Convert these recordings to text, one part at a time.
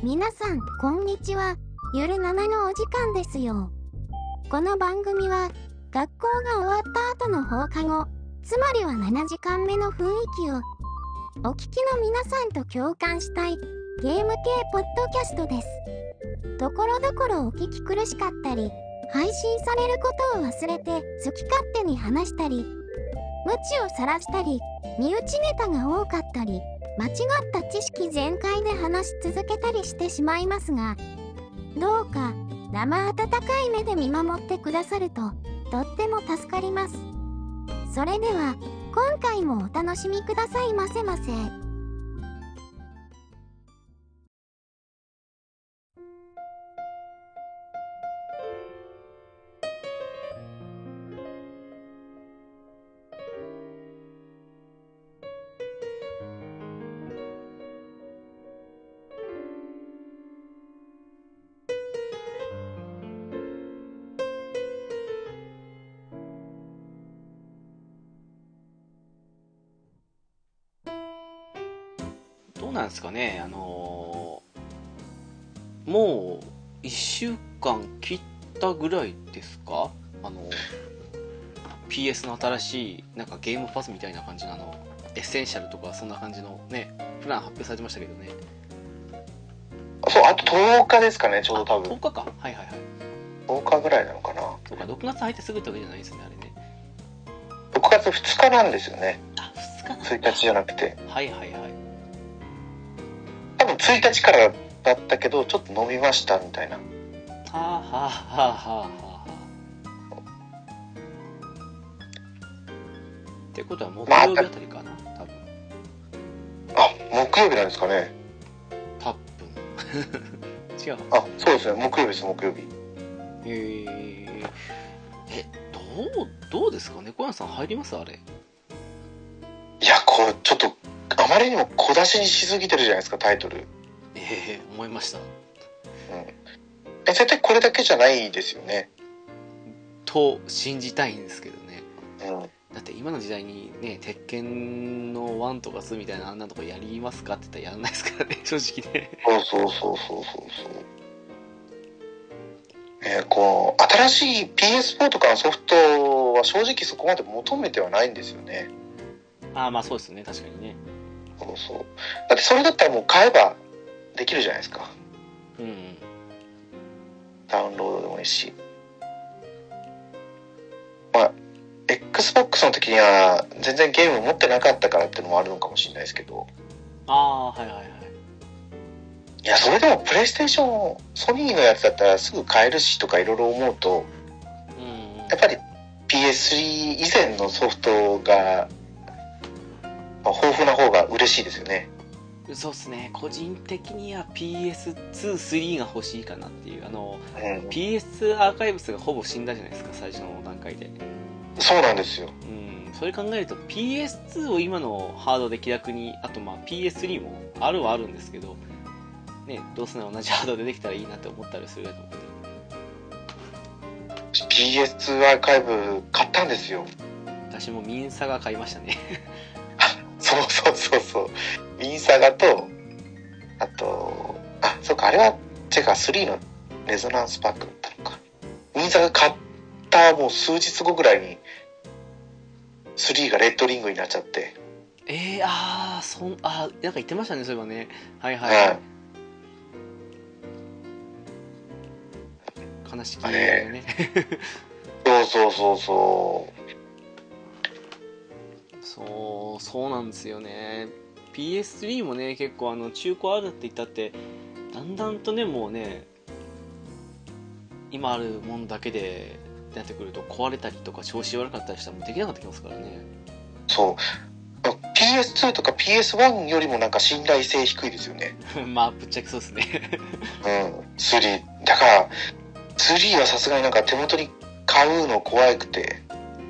皆さんこんにちは。ゆる7のお時間ですよ。この番組は学校が終わった後の放課後、つまりは7時間目の雰囲気をお聞きの皆さんと共感したいゲーム系ポッドキャストです。ところどころお聞き苦しかったり、配信されることを忘れて好き勝手に話したり、無知を晒したり、身内ネタが多かったり、間違った知識全開で話し続けたりしてしまいますが、どうか生温かい目で見守ってくださるととっても助かります。それでは今回もお楽しみくださいませませ。 どうなんですかね、もう1週間切ったぐらいですか。PS の新しいなんかゲームパスみたいな感じのエッセンシャルとかそんな感じのねプラン発表されてましたけどね。 そう、あと10日ですかね、ちょうど多分。 10日か。はいはいはい。 10日ぐらいなのかな。 そうか、6月入ってすぐってわけじゃないですね、あれね。 6月2日なんですよね。 あ、2日なんだ。 1日じゃなくて。 はいはいはい。 多分1日からだったけど、ちょっと伸びましたみたいな。 はあはあはあはあはあ。ってことは木曜日あたりかな、多分。 あ、木曜日なんですかね。 多分違う。 あ、そうですね、木曜日です、木曜日。 どうですかね、小山さん入りますあれ。 いや、これちょっとあまりにも小出しにしすぎてるじゃないですか、タイトル。 思いました。 絶対これだけじゃないですよね。 と信じたいんですけどね。 うん。 だって今の時代にね、鉄拳の1とか2みたいなあんなとこやりますかって言ったらやらないですからね、正直ね。 そう。こう新しい PS4 とかのソフトは正直そこまで求めてはないんですよね。 ああ、まあそうですね、確かにね。 そう。だってそれだったらもう買えばできるじゃないですか。 うん。 ダウンロードでもいいし。まあ Xbox の時には全然ゲーム持ってなかったからっていうのもあるのかもしれないですけど。 ああ、はいはいはい。 いや、それでもプレイステーション、ソニーのやつだったらすぐ買えるしとかいろいろ思うと、やっぱり PS3 以前のソフトが、豊富な方が嬉しいですよね。 そうですね、個人的には PS2、3が欲しいかなっていう。PS アーカイブスがほぼ死んだじゃないですか、最初の段階で。 そうなんですよ。 それ考えると PS2 を今のハードで気楽に、あとまあ PS3 もあるはあるんですけどね、どうせ同じハードでできたらいいなって思ったりすると思って。 PS2 アーカイブ買ったんですよ。 私もミンサガ買いましたねそうミンサガと、あとそうか、あれは違うか、3のレゾナンスパックだったのか。ミンサガ買ったもう数日後ぐらいに3がレッドリングになっちゃって。 なんか言ってましたね、そういえばね。はいはい、悲しきねそうなんですよね。 PS3 もね、結構中古あるって言ったってだんだんとね、もうね、今あるものだけでなってくると壊れたりとか調子悪かったりしたらもうできなかったきますからね。 そう。PS2 とか PS1 よりもなんか信頼性低いですよねまあぶっちゃけそうですね 3だから3はさすがになんか手元に買うの怖くて、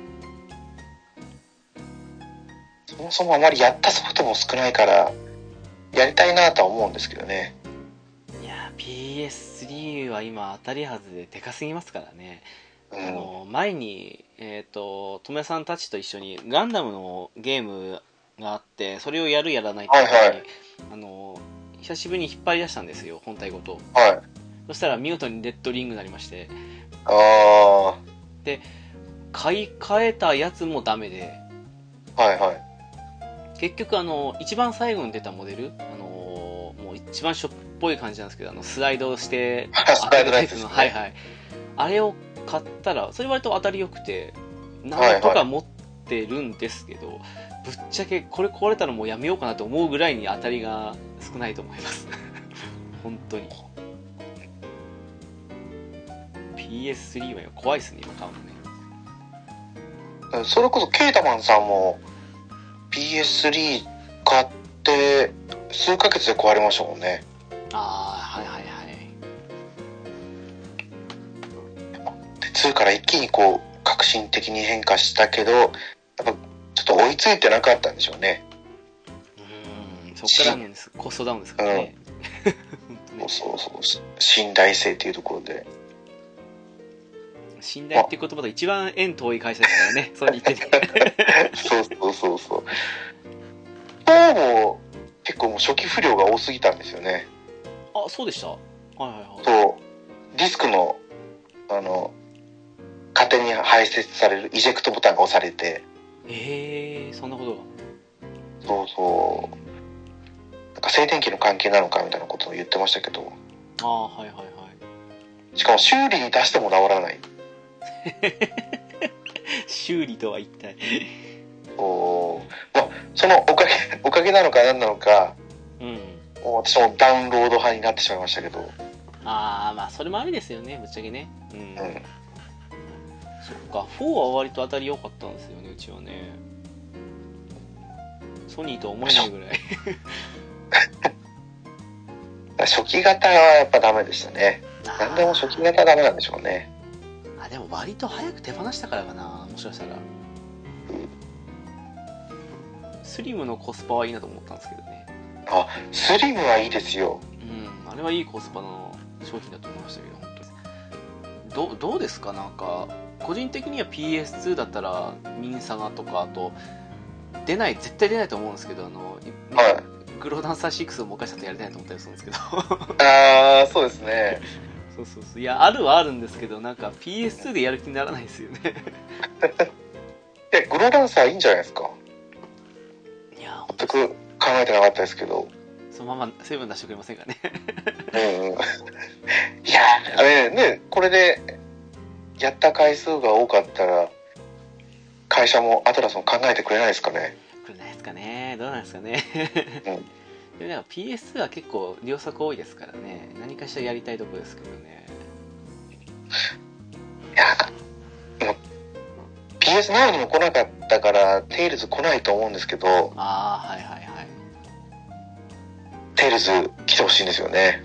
そもそもあまりやったソフトも少ないからやりたいなとは思うんですけどね。 いや PS3 は今当たりはずででかすぎますからね。前にともやさんたちと一緒にガンダムのゲームがあって、それをやるやらないって時に、 久しぶりに引っ張り出したんですよ、本体ごと。 はい。 そしたら見事にレッドリングになりまして、 あ買い替えたやつもダメで、 あ、はいはい。 結局一番最後に出たモデル、もう一番しょっぽい感じなんですけど、スライドしてスライドのやつですねはいはい、あれを買ったらそれ割と当たり良くて、なんとか持ってるんですけど、ぶっちゃけこれ壊れたらもうやめようかなと思うぐらいに当たりが少ないと思います本当に PS3 は怖いっすね、今買うのね。 それこそケータマンさんも PS3 買って数ヶ月で壊れましたもんね。 ああ、はいはいはい。 で2から一気にこう革新的に変化したけど、やっぱちょっと追いついてなかったんでしょうね。 そっからなんです、コストダウンですからね、 そう信頼性っていうところで、 信頼っていう言葉と一番縁遠い会社ですからねそう言っててそう4も結構もう初期不良が多すぎたんですよね。 あ、そうでした。はいはいはい。 そうディスクの勝手に排泄されるイジェクトボタンが押されて、 そんなことが。 なんか静電気の関係なのかみたいなことを言ってましたけど、 はいはいはい。 しかも修理に出しても治らない修理とは一体そのおかげなのか何なのか、もう私もダウンロード派になってしまいましたけど。 まあそれもありですよね、ぶっちゃけね。そっか、4は割と当たり良かったんですよね、うちはね。ソニーとは思えないぐらい初期型はやっぱダメでしたね。何でも初期型はダメなんでしょうね。 でも割と早く手放したからかな、もしかしたら。スリムのコスパはいいなと思ったんですけどね。 スリムはいいですよ。 あれはいいコスパの商品だと思いましたけど、本当に。どうですか、なんか個人的には PS2 だったらミンサガとか、あと絶対出ないと思うんですけど、グローダンサー6をもう一回ちゃんとやりたいと思ったりするんですけどそうですね。 いや、あるはあるんですけど、なんか PS2 でやる気にならないですよねグローダンサーいいんじゃないですか。 いや、 全く考えてなかったですけど、 そのままセブン出してくれませんかねいやあれね、これでやった回数が多かったら会社もアトラスも考えてくれないですかね。 くれないですかね、どうなんですかねでもなんか PS2 は結構良作多いですからね、何かしらやりたいとこですけどね。 いや、もう PS9 にも来なかったからテイルズ来ないと思うんですけど、 はいはいはい。 テイルズ来てほしいんですよね。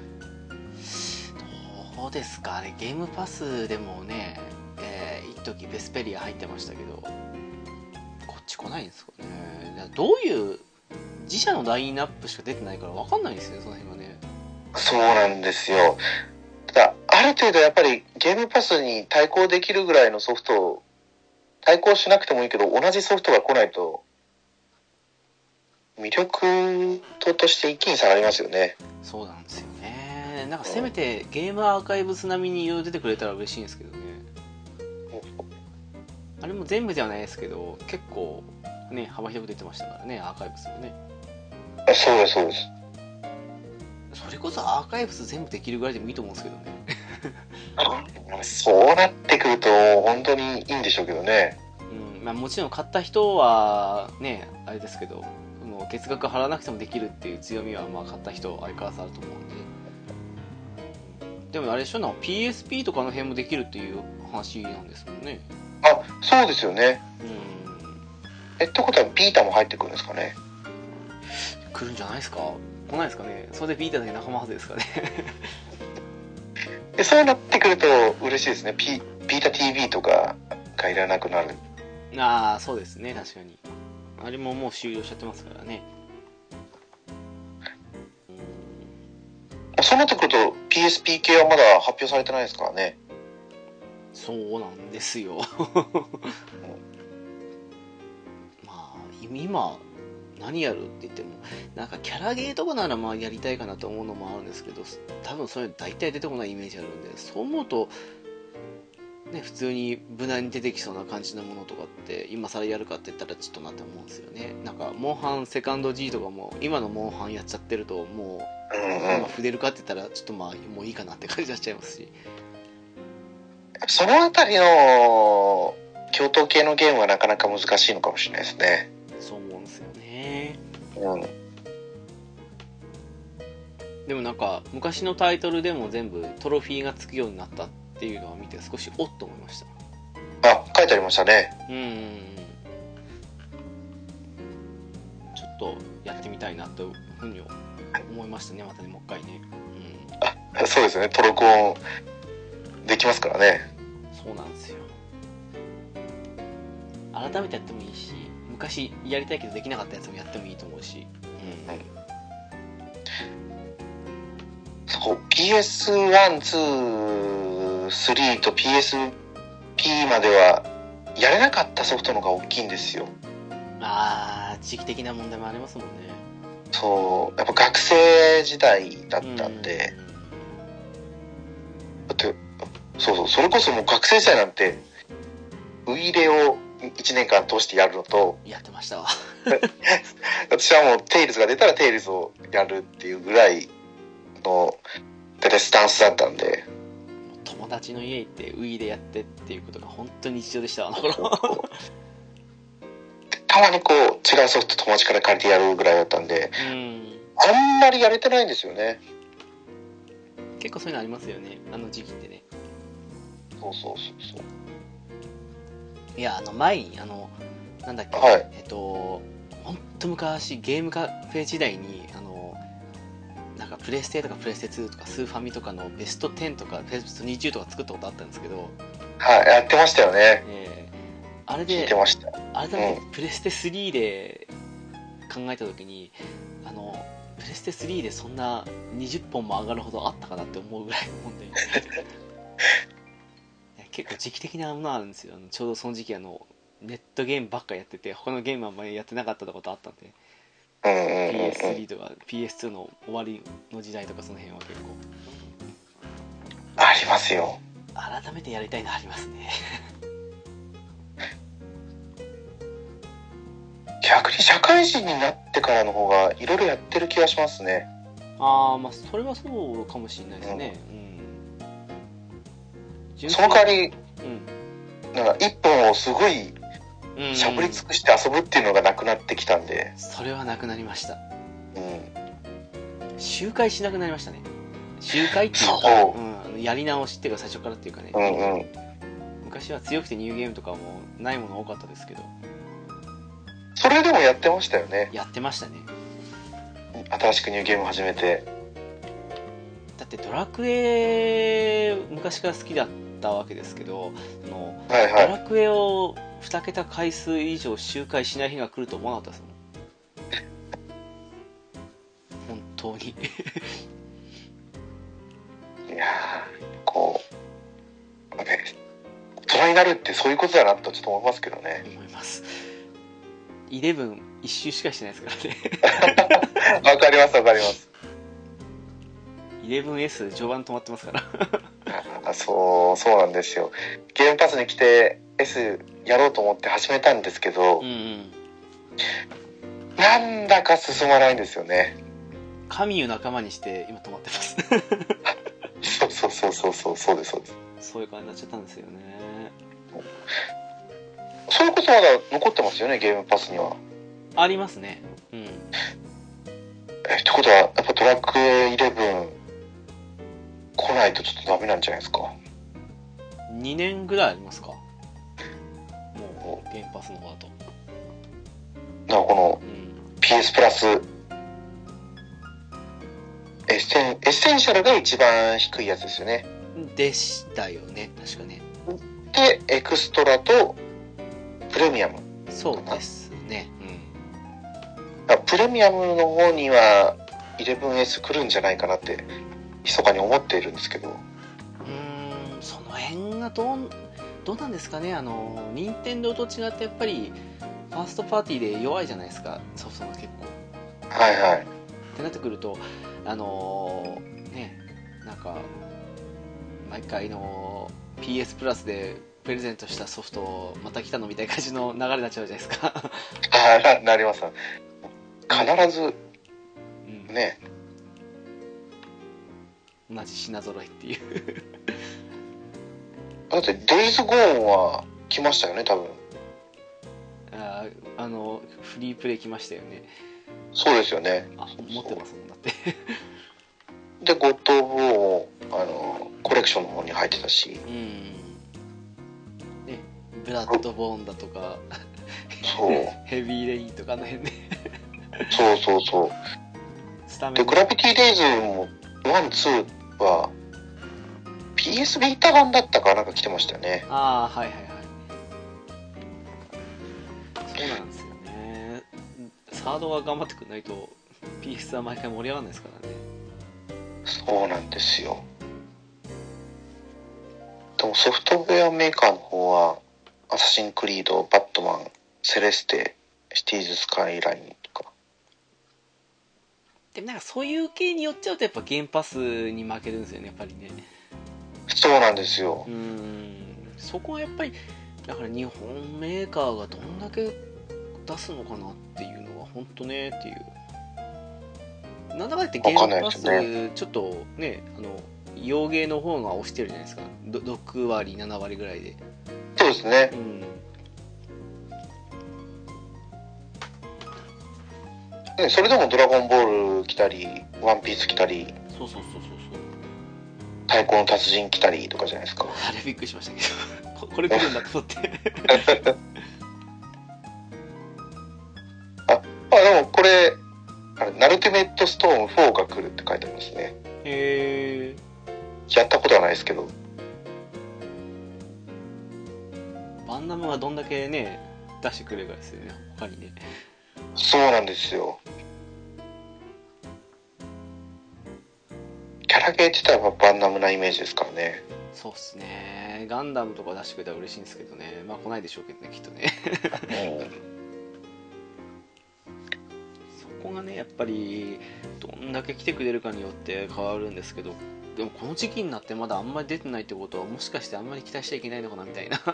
どうですかね、ゲームパスでもね、一時ベスペリア入ってましたけど、こっち来ないんですかね。どういう自社のラインナップしか出てないから分かんないんですよ、その辺がね。 そうなんですよ。ただある程度やっぱりゲームパスに対抗できるぐらいのソフトを、対抗しなくてもいいけど同じソフトが来ないと魅力として一気に下がりますよね。 そうなんですよね。なんかせめてゲームアーカイブス並みにいろいろ出てくれたら嬉しいんですけどね。あれも全部ではないですけど、結構ね幅広く出てましたからね、アーカイブスもね。 そうですそうです。 それこそアーカイブス全部できるぐらいでもいいと思うんですけどねそうなってくると本当にいいんでしょうけどね。 もちろん買った人はねあれですけど、月額払わなくてもできるっていう強みは買った人相変わらずあると思うんで。でもあれでしょ、PSP とかの辺もできるっていう話なんですもんね。 そうですよね。ってことはビータも入ってくるんですかね。 来るんじゃないですか。来ないですかね。それでビータだけ仲間はずですかねでそうなってくると嬉しいですね。ビータ TV とかがいらなくなる。 そうですね、確かに。あれももう終了しちゃってますからね。 そうなってくると PSP 系はまだ発表されてないですからね。 そうなんですよ今何やるって言っても、なんかキャラゲーとかならまあやりたいかなと思うのもあるんですけど、多分そういうの大体出てこないイメージあるんで、そう思うと、ね、普通に無難に出てきそうな感じのものとかって今更やるかって言ったらちょっとなって思うんですよね。なんかモンハンセカンド G とかも今のモンハンやっちゃってるともう今触れるかって言ったらちょっとまあもういいかなって感じになっちゃいますし、 そのあたりの共闘系のゲームはなかなか難しいのかもしれないですね。 そう思うんですよね。 うん。 でもなんか昔のタイトルでも全部トロフィーがつくようになったっていうのを見て少しおっと思いました。 あ、書いてありましたね。 ちょっとやってみたいなというふうに思いましたね。またね、もう一回ね。 あ、そうですね。トロコンできますからね。 そうなんですよ。改めてやってもいいし、昔やりたいけどできなかったやつもやってもいいと思うし、 そう、PS1、2、3と PSP まではやれなかったソフトの方が大きいんですよ。 地域的な問題もありますもんね。 そう、やっぱ学生時代だったんで、だってそう、それこそもう学生時代なんてウイイレを1年間通してやるのと、 やってましたわ。 私はもうテイルズが出たらテイルズをやるっていうぐらいのスタンスだったんで、 友達の家行ってウイイレやってっていうことが本当に日常でしたあの頃。 たまにこう違うソフト友達から借りてやるぐらいだったんで、あんまりやれてないんですよね。 結構そういうのありますよね、あの時期ってね。 そう。 いや、前になんだっけ、 はい、 ほんと昔ゲームカフェ時代になんかプレステとかプレステ2とかスーファミとかのベスト10とかベスト20とか作ったことあったんですけど、 はい、やってましたよね。 あれで聞いてました。 改めてプレステ3で考えた時に、プレステ3でそんな20本も上がるほどあったかなって思うぐらいのもんで結構時期的なものあるんですよ。ちょうどその時期ネットゲームばっかやってて他のゲームはあんまりやってなかったことあったんで、PS3 とか PS2 の終わりの時代とかその辺は結構ありますよ。 改めてやりたいのありますね。 逆に社会人になってからの方がいろいろやってる気がしますね。 まあそれはそうかもしれないですね。 その代わり、なんか一本をすごいしゃぶり尽くして遊ぶっていうのがなくなってきたんで、 それはなくなりました。周回しなくなりましたね。周回っていうか、やり直しっていうか最初からっていうかね、昔は強くてニューゲームとかもないもの多かったですけど、 それでもやってましたよね。 やってましたね。 新しくニューゲーム始めて。 だってドラクエ昔から好きだったわけですけど、ドラクエを2桁回数以上周回しない日が来ると思わなかったですもん。本当に。 いやー、こうね、大人になるってそういうことだなとちょっと思いますけどね。 思います。11周しかしてないですからね。わかります。 11S 序盤止まってますからそうなんですよ。ゲームパスに来て S やろうと思って始めたんですけど、なんだか進まないんですよね。 神を仲間にして今止まってます。 そうです。 そういう感じになっちゃったんですよね。 それこそまだ残ってますよね、ゲームパスには。 ありますね。 ってことはやっぱドラクエ11来ないとちょっとダメなんじゃないですか。 2年ぐらいありますか、もうゲームパスの方だと。 だからこの PS プラスエッセンシャルが一番低いやつですよね。 でしたよね、確かね。 でエクストラとプレミアム。 そうですね。 プレミアムの方には 11S 来るんじゃないかなって密かに思っているんですけど、 その辺がどうなんですかね。任天堂と違ってやっぱりファーストパーティーで弱いじゃないですか、ソフトが結構。 はいはい。 ってなってくると、ね、なんか毎回の PS プラスでプレゼントしたソフトまた来たのみたいな感じの流れになっちゃうじゃないですか。 なります。必ずうん、 ね、 同じ品揃いっていうだってデイズゴーンは来ましたよね、多分。 フリープレイ来ましたよね。 そうですよね。 あ、持ってますもんだってで、ゴッド・オブ・ウォーコレクションの方に入ってたし、 ね、ブラッドボーンだとかそうヘビーレインとかの辺ねそうそうそう。 スタメンで、グラビティ・デイズも1、2は PS ビータ版だったかなんか来てましたよね。 ああ、はいはいはい。そうなんですよね。サードが頑張ってくれないと PS は毎回盛り上がらないですからね。 そうなんですよ。でもソフトウェアメーカーの方はアサシンクリード、バットマン、セレステ、シティーズスカイラインとか。 でもなんかそういう系によっちゃうとやっぱゲームパスに負けるんですよね、やっぱりね。 そうなんですよ。 そこはやっぱりだから日本メーカーがどんだけ出すのかなっていうのは本当ねっていう。なんだかんだ言ってゲームパス、ちょっとね、洋芸の方が押してるじゃないですか。6割7割ぐらいで。 そうですね。それでもドラゴンボール来たり、ワンピース来たり、 そう太鼓の達人来たりとかじゃないですか。 あれびっくりしましたけどこれ来るんだと思ってでもこれナルティメットストーン4が来るって書いてありますね。 へえ。 やったことはないですけど。 バンナムがどんだけね出してくれるかですよね、他にね。 そうなんですよ。キャラゲー自体はバンナムなイメージですからね。 そうっすね。ガンダムとか出してくれたら嬉しいんですけどね。まあ来ないでしょうけどね、きっとねそこがねやっぱりどんだけ来てくれるかによって変わるんですけど、でもこの時期になってまだあんまり出てないってことはもしかしてあんまり期待しちゃいけないのかなみたいな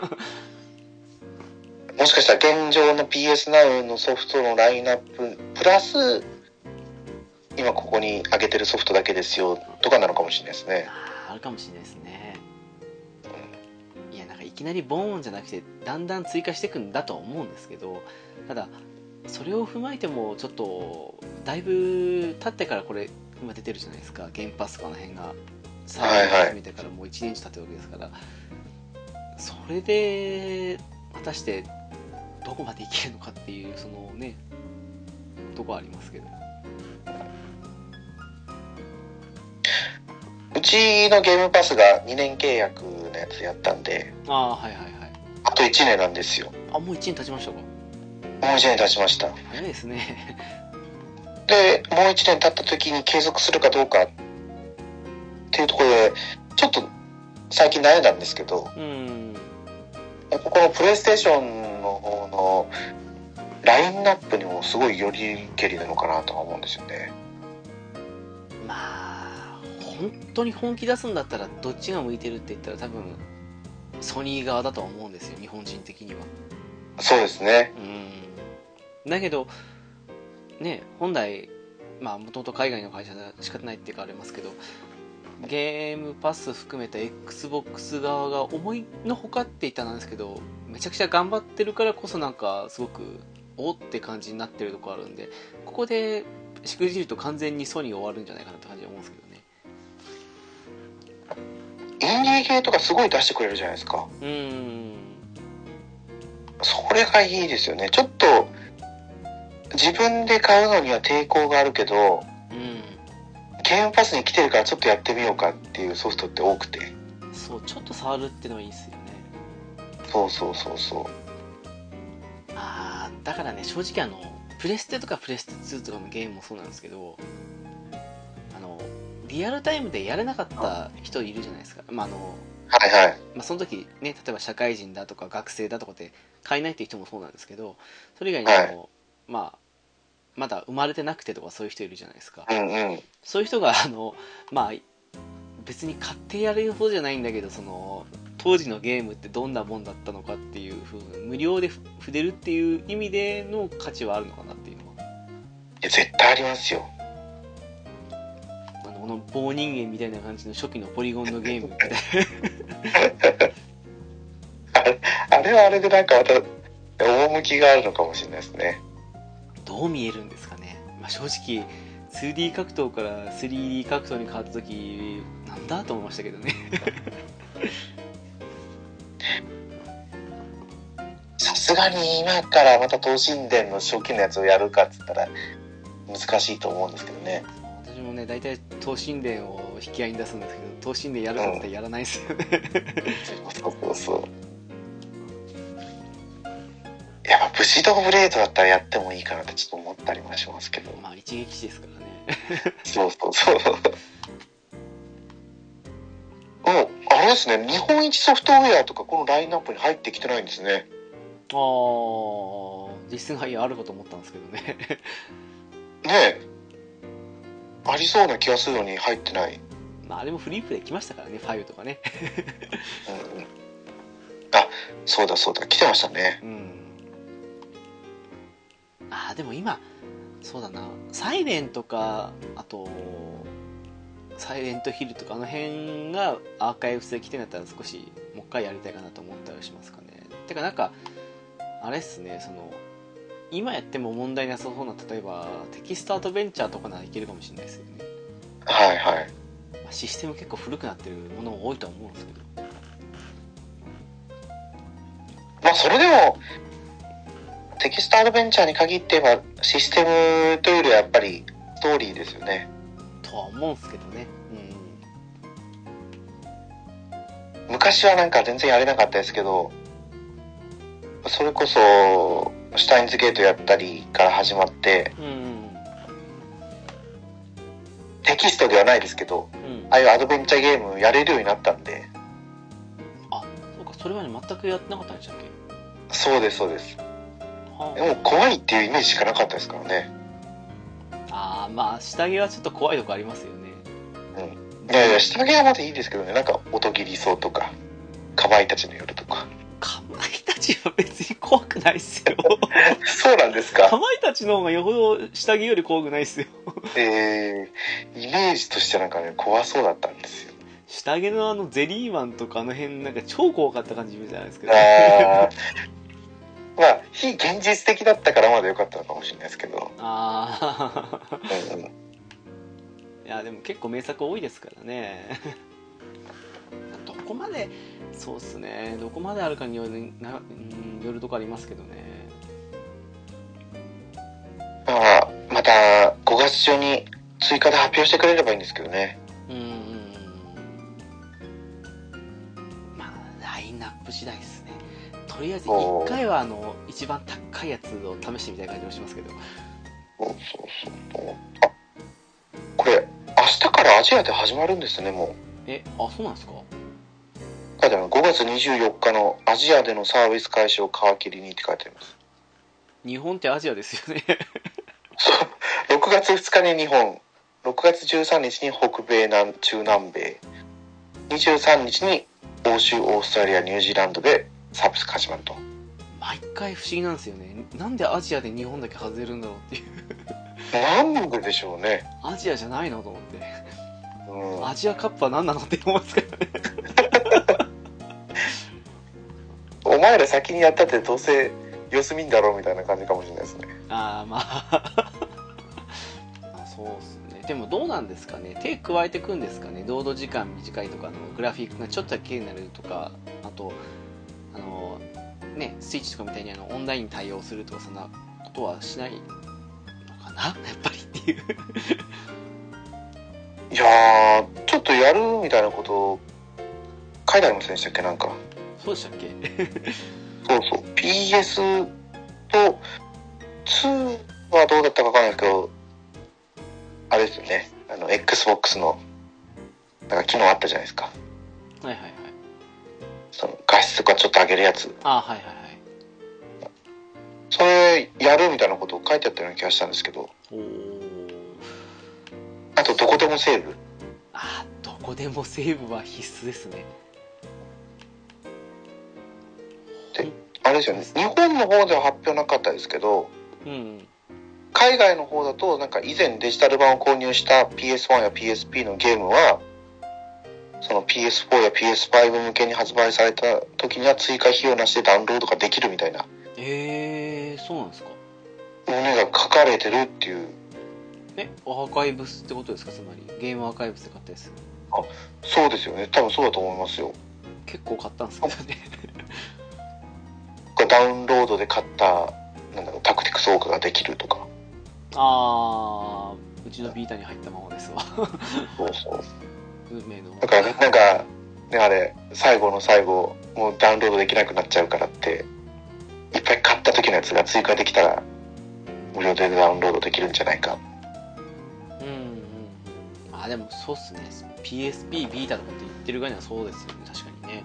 もしかしたら現状の PS Now のソフトのラインナッププラス今ここに上げてるソフトだけですよとかなのかもしれないですね。 あるかもしれないですね。いやなんかいきなりボーンじゃなくてだんだん追加していくんだとは思うんですけど、ただそれを踏まえてもちょっとだいぶ経ってからこれ今出てるじゃないですか、ゲームパスとかの辺がサービス始めてからもう1年以上経ってるわけですから、それで果たしてどこまでいけるのかっていうそのねとこはありますけど、 うちのゲームパスが2年契約のやつやったんで、 はいはいはい、 あと1年なんですよ。 もう1年経ちましたか。 もう1年経ちました。 早いですねでもう1年経った時に継続するかどうかっていうところでちょっと最近悩んだんですけど、やっぱこのプレイステーションの方のラインナップにもすごいよりけりなのかなとは思うんですよね。 まあ本当に本気出すんだったらどっちが向いてるって言ったら多分ソニー側だとは思うんですよ、日本人的には。 そうですね。 だけどね、本来まあもともと海外の会社で仕方ないって言われますけど、ゲームパス含めた XBOX 側が思いのほかって言ったらなんですけど、めちゃくちゃ頑張ってるからこそなんかすごくおって感じになってるところあるんで、ここでしくじると完全にソニー終わるんじゃないかなって感じは思うんですけどね。 インディー系とかすごい出してくれるじゃないですか。それがいいですよね。ちょっと自分で買うのには抵抗があるけど、ゲームパスに来てるからちょっとやってみようかっていうソフトって多くて、 そうちょっと触るってのはいいっすよね。 そうだからね、正直プレステとかプレステ2とかのゲームもそうなんですけど、 リアルタイムでやれなかった人いるじゃないですか。 はいはい。 その時ね、例えば社会人だとか学生だとかで買えないっていう人もそうなんですけど、それ以外にはいまだ生まれてなくてとかそういう人いるじゃないですか。 うんうん。 そういう人がまあ別に買ってやれるほどじゃないんだけど、当時のゲームってどんなもんだったのかっていう風に無料で触れるっていう意味での価値はあるのかなっていうのは。 いや、絶対ありますよ。 この棒人間みたいな感じの初期のポリゴンのゲームってあれはあれでなんかまた趣があるのかもしれないですね。 どう見えるんですかね。正直 2D 格闘から 3D 格闘に変わった時なんだと思いましたけどねさすがに今からまた東神殿の初期のやつをやるかっつったら難しいと思うんですけどね。 私もね、大体東神殿を引き合いに出すんですけど、東神殿やるかって言ったらやらないですよね、 そうそう。やっぱ武士道ブレードだったらやってもいいかなってちょっと思ったりもしますけど。 一撃死ですからねそうそうそう。あれですね、日本一ソフトウェアとかこのラインナップに入ってきてないんですね。 実践があるかと思ったんですけどねねえ、ありそうな気がするのに入ってない。 あれもフリープレイ来ましたからね、5とかねうん、あ、そうだそうだ、来てましたね。 でも今そうだな、サイレンとか、あとサイレントヒルとかあの辺がアーカイブスで来てんだったら少しもう一回やりたいかなと思ったりしますかね。てかなんかあれっすね、今やっても問題なさそうな、例えばテキストアドベンチャーとかならいけるかもしれないですよね。 はいはい。 システム結構古くなってるものも多いとは思うんですけど、 それでもテキストアドベンチャーに限ってはシステムというよりはやっぱりストーリーですよね。 とは思うんですけどね。 昔はなんか全然やれなかったですけど、それこそシュタインズゲートやったりから始まって、テキストではないですけど、ああいうアドベンチャーゲームやれるようになったんで。 そうか、それまで全くやってなかったんでしたっけ。 そうですそうです。でも怖いっていうイメージしかなかったですからね。 下着はちょっと怖いとこありますよね。 いやいや、下着はまだいいですけどね、なんか音切りそうとかかまいたちの夜とか。 かまいたちは別に怖くないっすよそうなんですか。 かまいたちの方がよほど下着より怖くないっすよイメージとしてなんかね、怖そうだったんですよ。 下着のゼリーマンとかあの辺なんか超怖かった感じじゃないですか、 非現実的だったからまだ良かったのかもしれないですけど。 いやでも結構名作多いですからねどこまでそうっすね、どこまであるかによるとこありますけどね。 また5月中に追加で発表してくれればいいんですけどね。 ラインナップ次第ですね。とりあえず1回は一番高いやつを試してみたい感じもしますけど。 そうこれ明日からアジアで始まるんですね、もう。 そうなんですか。 書いてある5月24日のアジアでのサービス開始を皮切りにって書いてあります。 日本ってアジアですよねそう6月2日に日本、6月13日に北米中南米、23日に欧州、オーストラリア、ニュージーランドでサービスが始まると。 毎回不思議なんですよね。なんでアジアで日本だけ外れるんだろうっていうなんででしょうね。 アジアじゃないのと思って、アジアカップは何なのって思うんですけどねお前ら先にやったってどうせ様子見んだろうみたいな感じかもしれないですね。 そうっすね。でもどうなんですかね、手加えてくんですかね。ロード時間短いとかのグラフィックがちょっとだけになるとか、あとスイッチとかみたいにオンライン対応するとか、そんなことはしないのかなやっぱりっていういやー、ちょっとやるみたいなこと書いてありませんでしたっけ、なんか。 そうでしたっけそうそう、 PS と2はどうだったか分からないですけど、あれですよね、Xbox のなんか機能あったじゃないですか。 はいはいはい。 その画質とかちょっと上げるやつ。 あ、はいはいはい。 それやるみたいなことを書いてあったような気がしたんですけど。 おー。 あとどこでもセーブ。 あ、どこでもセーブは必須ですね。 で、あれですよね。日本の方では発表なかったですけど、 うん。 海外の方だとなんか以前デジタル版を購入した PS1 や PSP のゲームはその PS4 や PS5 向けに発売された時には追加費用なしでダウンロードができるみたいなそうなんですか。 ものが書かれてるっていう。 アーカイブスってことですか？つまりゲームアーカイブスで買ったやつ。 あ、そうですよね。多分そうだと思いますよ。 結構買ったんですけどね。 ダウンロードで買ったなんだろうタクティクスオーカーができるとか。 あー、うちのビータに入ったままですわ。 そうそう。 運命の。 だからね、なんかね、あれ最後の最後もうダウンロードできなくなっちゃうからっていっぱい買った時のやつが追加できたら無料でダウンロードできるんじゃないか。 あ、でもそうっすね。PSP ビータとかって言ってる側にはそうですよね。確かにね。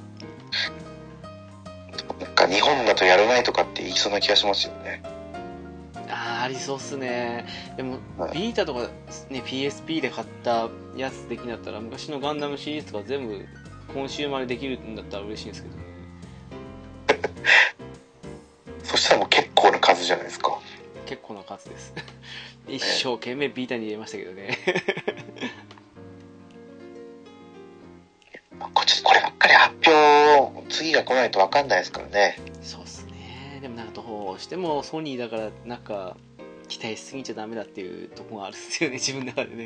なんか日本だとやらないとかって言いそうな気がしますよね。 ありそうっすね。でも、ビータとか、ね、PSP で買ったやつできなったら昔のガンダムシリーズとか全部今週までできるんだったら嬉しいんですけどね。 そしたらもう結構な数じゃないですか。 結構な数です。一生懸命ビータに入れましたけどね。 こればっかり発表次が来ないと分かんないですからね。 そうっすね。でもなんかどうしてもソニーだからなんか期待しすぎちゃダメだっていうところがあるんですよね、自分の中でね。 い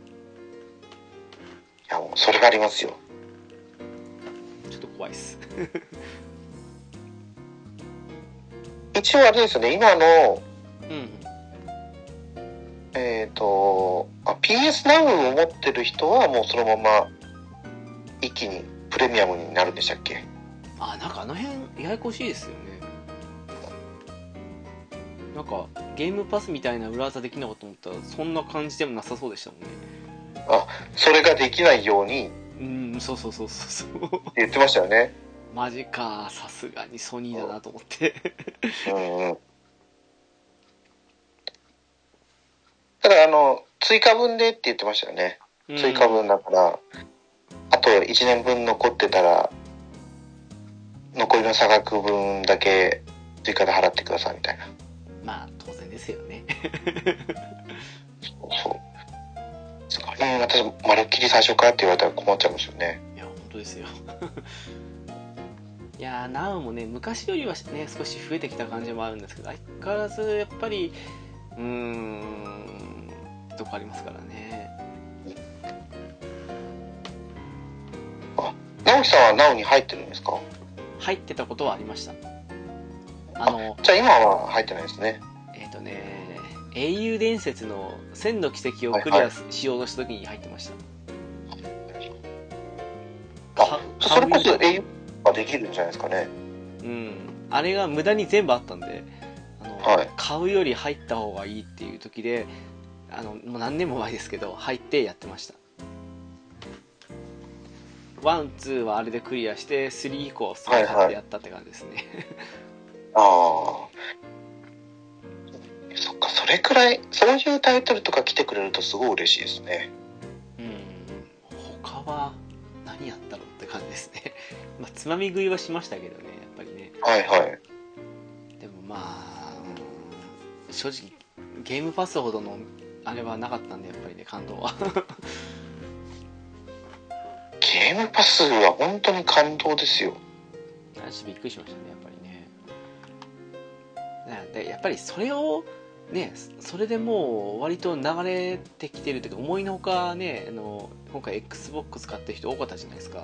やもうそれがありますよ。 ちょっと怖いっす。 一応あれですよね、今のPS Now を持ってる人はもうそのまま一気にプレミアムになるんでしたっけ？ なんかあの辺ややこしいですよね。なんかゲームパスみたいな裏技できなかったと思ったらそんな感じでもなさそうでしたもんね。 それができないようにそうって言ってましたよね。 マジか、さすがにソニーだなと思って。 ただ追加分でって言ってましたよね。追加分だからあと1年分残ってたら残りの差額分だけ追加で払ってくださいみたいな。 まあ当然ですよね。 そう私まるっきり最初からって言われたら困っちゃうんですよね。 いや本当ですよ。いやナウもね昔よりはね少し増えてきた感じもあるんですけど相変わらずやっぱりとこありますからね。 直樹さんはナウに入ってるんですか？ 入ってたことはありました。じゃあ今は入ってないですね。 英雄伝説の千の奇跡をクリアしようとした時に入ってました。 それこそ英雄ができるんじゃないですかね。 あれが無駄に全部あったんで買うより入った方がいいっていう時でもう何年も前ですけど入ってやってました。ワン、ツーはあれでクリアして3以降それ買ってやったって感じですね。 そっか、それくらいそういうタイトルとか来てくれるとすごい嬉しいですね。 他は何やったろうって感じですね。まあつまみ食いはしましたけどね、やっぱりね。でもまあ正直ゲームパスほどのあれはなかったんでやっぱりね感動は。 ゲームパスは本当に感動ですよ。 ちょっとびっくりしましたねやっぱりね。でやっぱりそれをね、それでもう割と流れてきてるというか思いのほかね今回 XBOX 使ってる人多かったじゃないですか。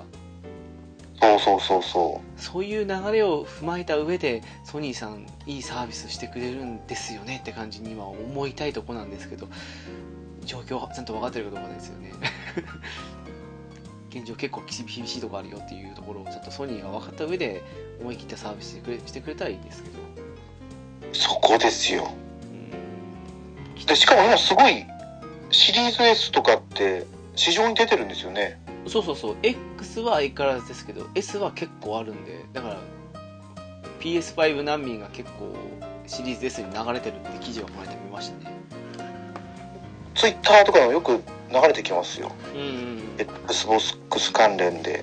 そういう流れを踏まえた上でソニーさんいいサービスしてくれるんですよねって感じに今思いたいとこなんですけど状況ちゃんと分かってるかどうかですよね。現状結構厳しいとこあるよっていうところをちゃんとソニーが分かった上で思い切ったサービスしてくれたらいいんですけど。 そこですよ。でしかも今すごいシリーズ S とかって市場に出てるんですよね。 そうそうそう、 X は相変わらずですけど S は結構あるんで、だから PS5 難民が結構シリーズ S に流れてるって記事をこの間見ましたね。 ツイッターとかもよく流れてきますよ。 うんうん、 Xbox 関連で。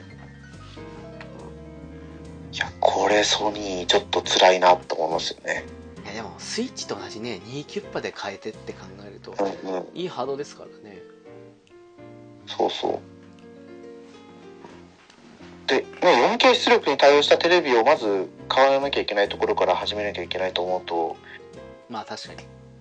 いや、これソニーちょっと辛いなと思いますよね。 いやでもスイッチと同じね2キュッパで変えてって考えると、 うんうん、 いいハードですからね。 そうそう。で、ね、4K 出力に対応したテレビをまず買わなきゃいけないところから始めなきゃいけないと思うと、 まあ確かに。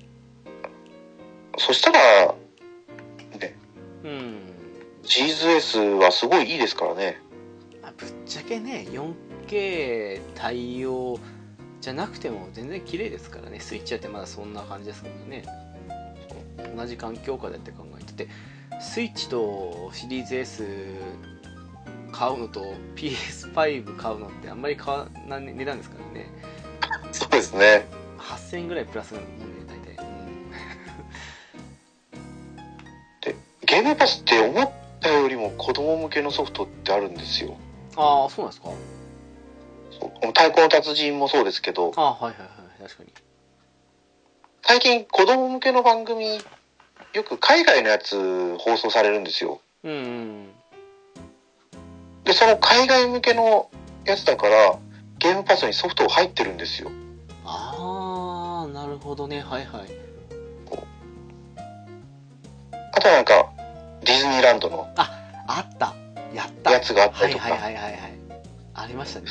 そしたらね、 うん。 シリーズ S はすごいいいですからね。 まあぶっちゃけね 4K 対応じゃなくても全然綺麗ですからね。スイッチだってまだそんな感じですからね。同じ環境下でって考えてて、スイッチとシリーズ S 買うのと PS5 買うのってあんまり変わらない値段ですからね。 そうですね。 8000円ぐらいプラスなのもんね、大体。 で、ゲームパスって思ったよりも子供向けのソフトってあるんですよ。 ああ、そうなんですか。 そう、太鼓の達人もそうですけど、 ああ、はいはいはい、確かに。 最近子供向けの番組、よく海外のやつ放送されるんですよ。 うんうん。 で、その海外向けのやつだから、ゲームパスにソフト入ってるんですよ。 ああ、なるほどね、はいはい。 あとはなんか、ディズニーランドのあった、やったやつがあったりとか。 はいはいはいはいはい、ありましたね。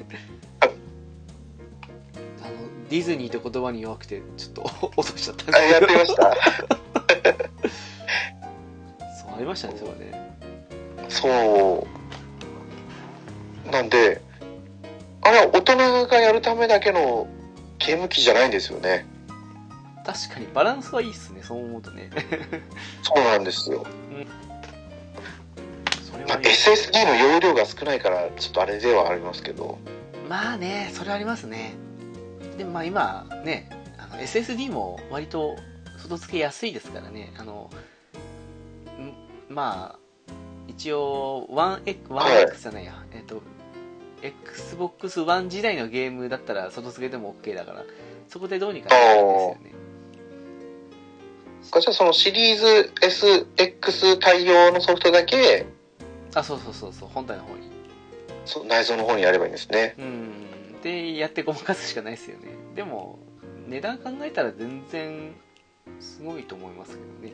ディズニーって言葉に弱くてちょっと落としちゃったんですけど。 やってました。 そうありましたね、そうね。 そうなんで、あれは大人がやるためだけのゲーム機じゃないんですよね。 確かにバランスはいいっすね、そう思うとね。 そうなんですよ。 それはいい。 SSD の容量が少ないからちょっとあれではありますけど。 まあね、それありますね。でもまあ今ね、SSD も割と外付け安いですからね。まあ一応 1X じゃないや、Xbox One 時代のゲームだったら外付けでも OK だから、そこでどうにかなるんですよね。 じゃあそのシリーズ SX 対応のソフトだけ、 あ、そうそうそうそう、本体の方に。 内蔵の方にやればいいんですね。 うん。で、やってごまかすしかないですよね。でも、値段考えたら全然、すごいと思いますけどね。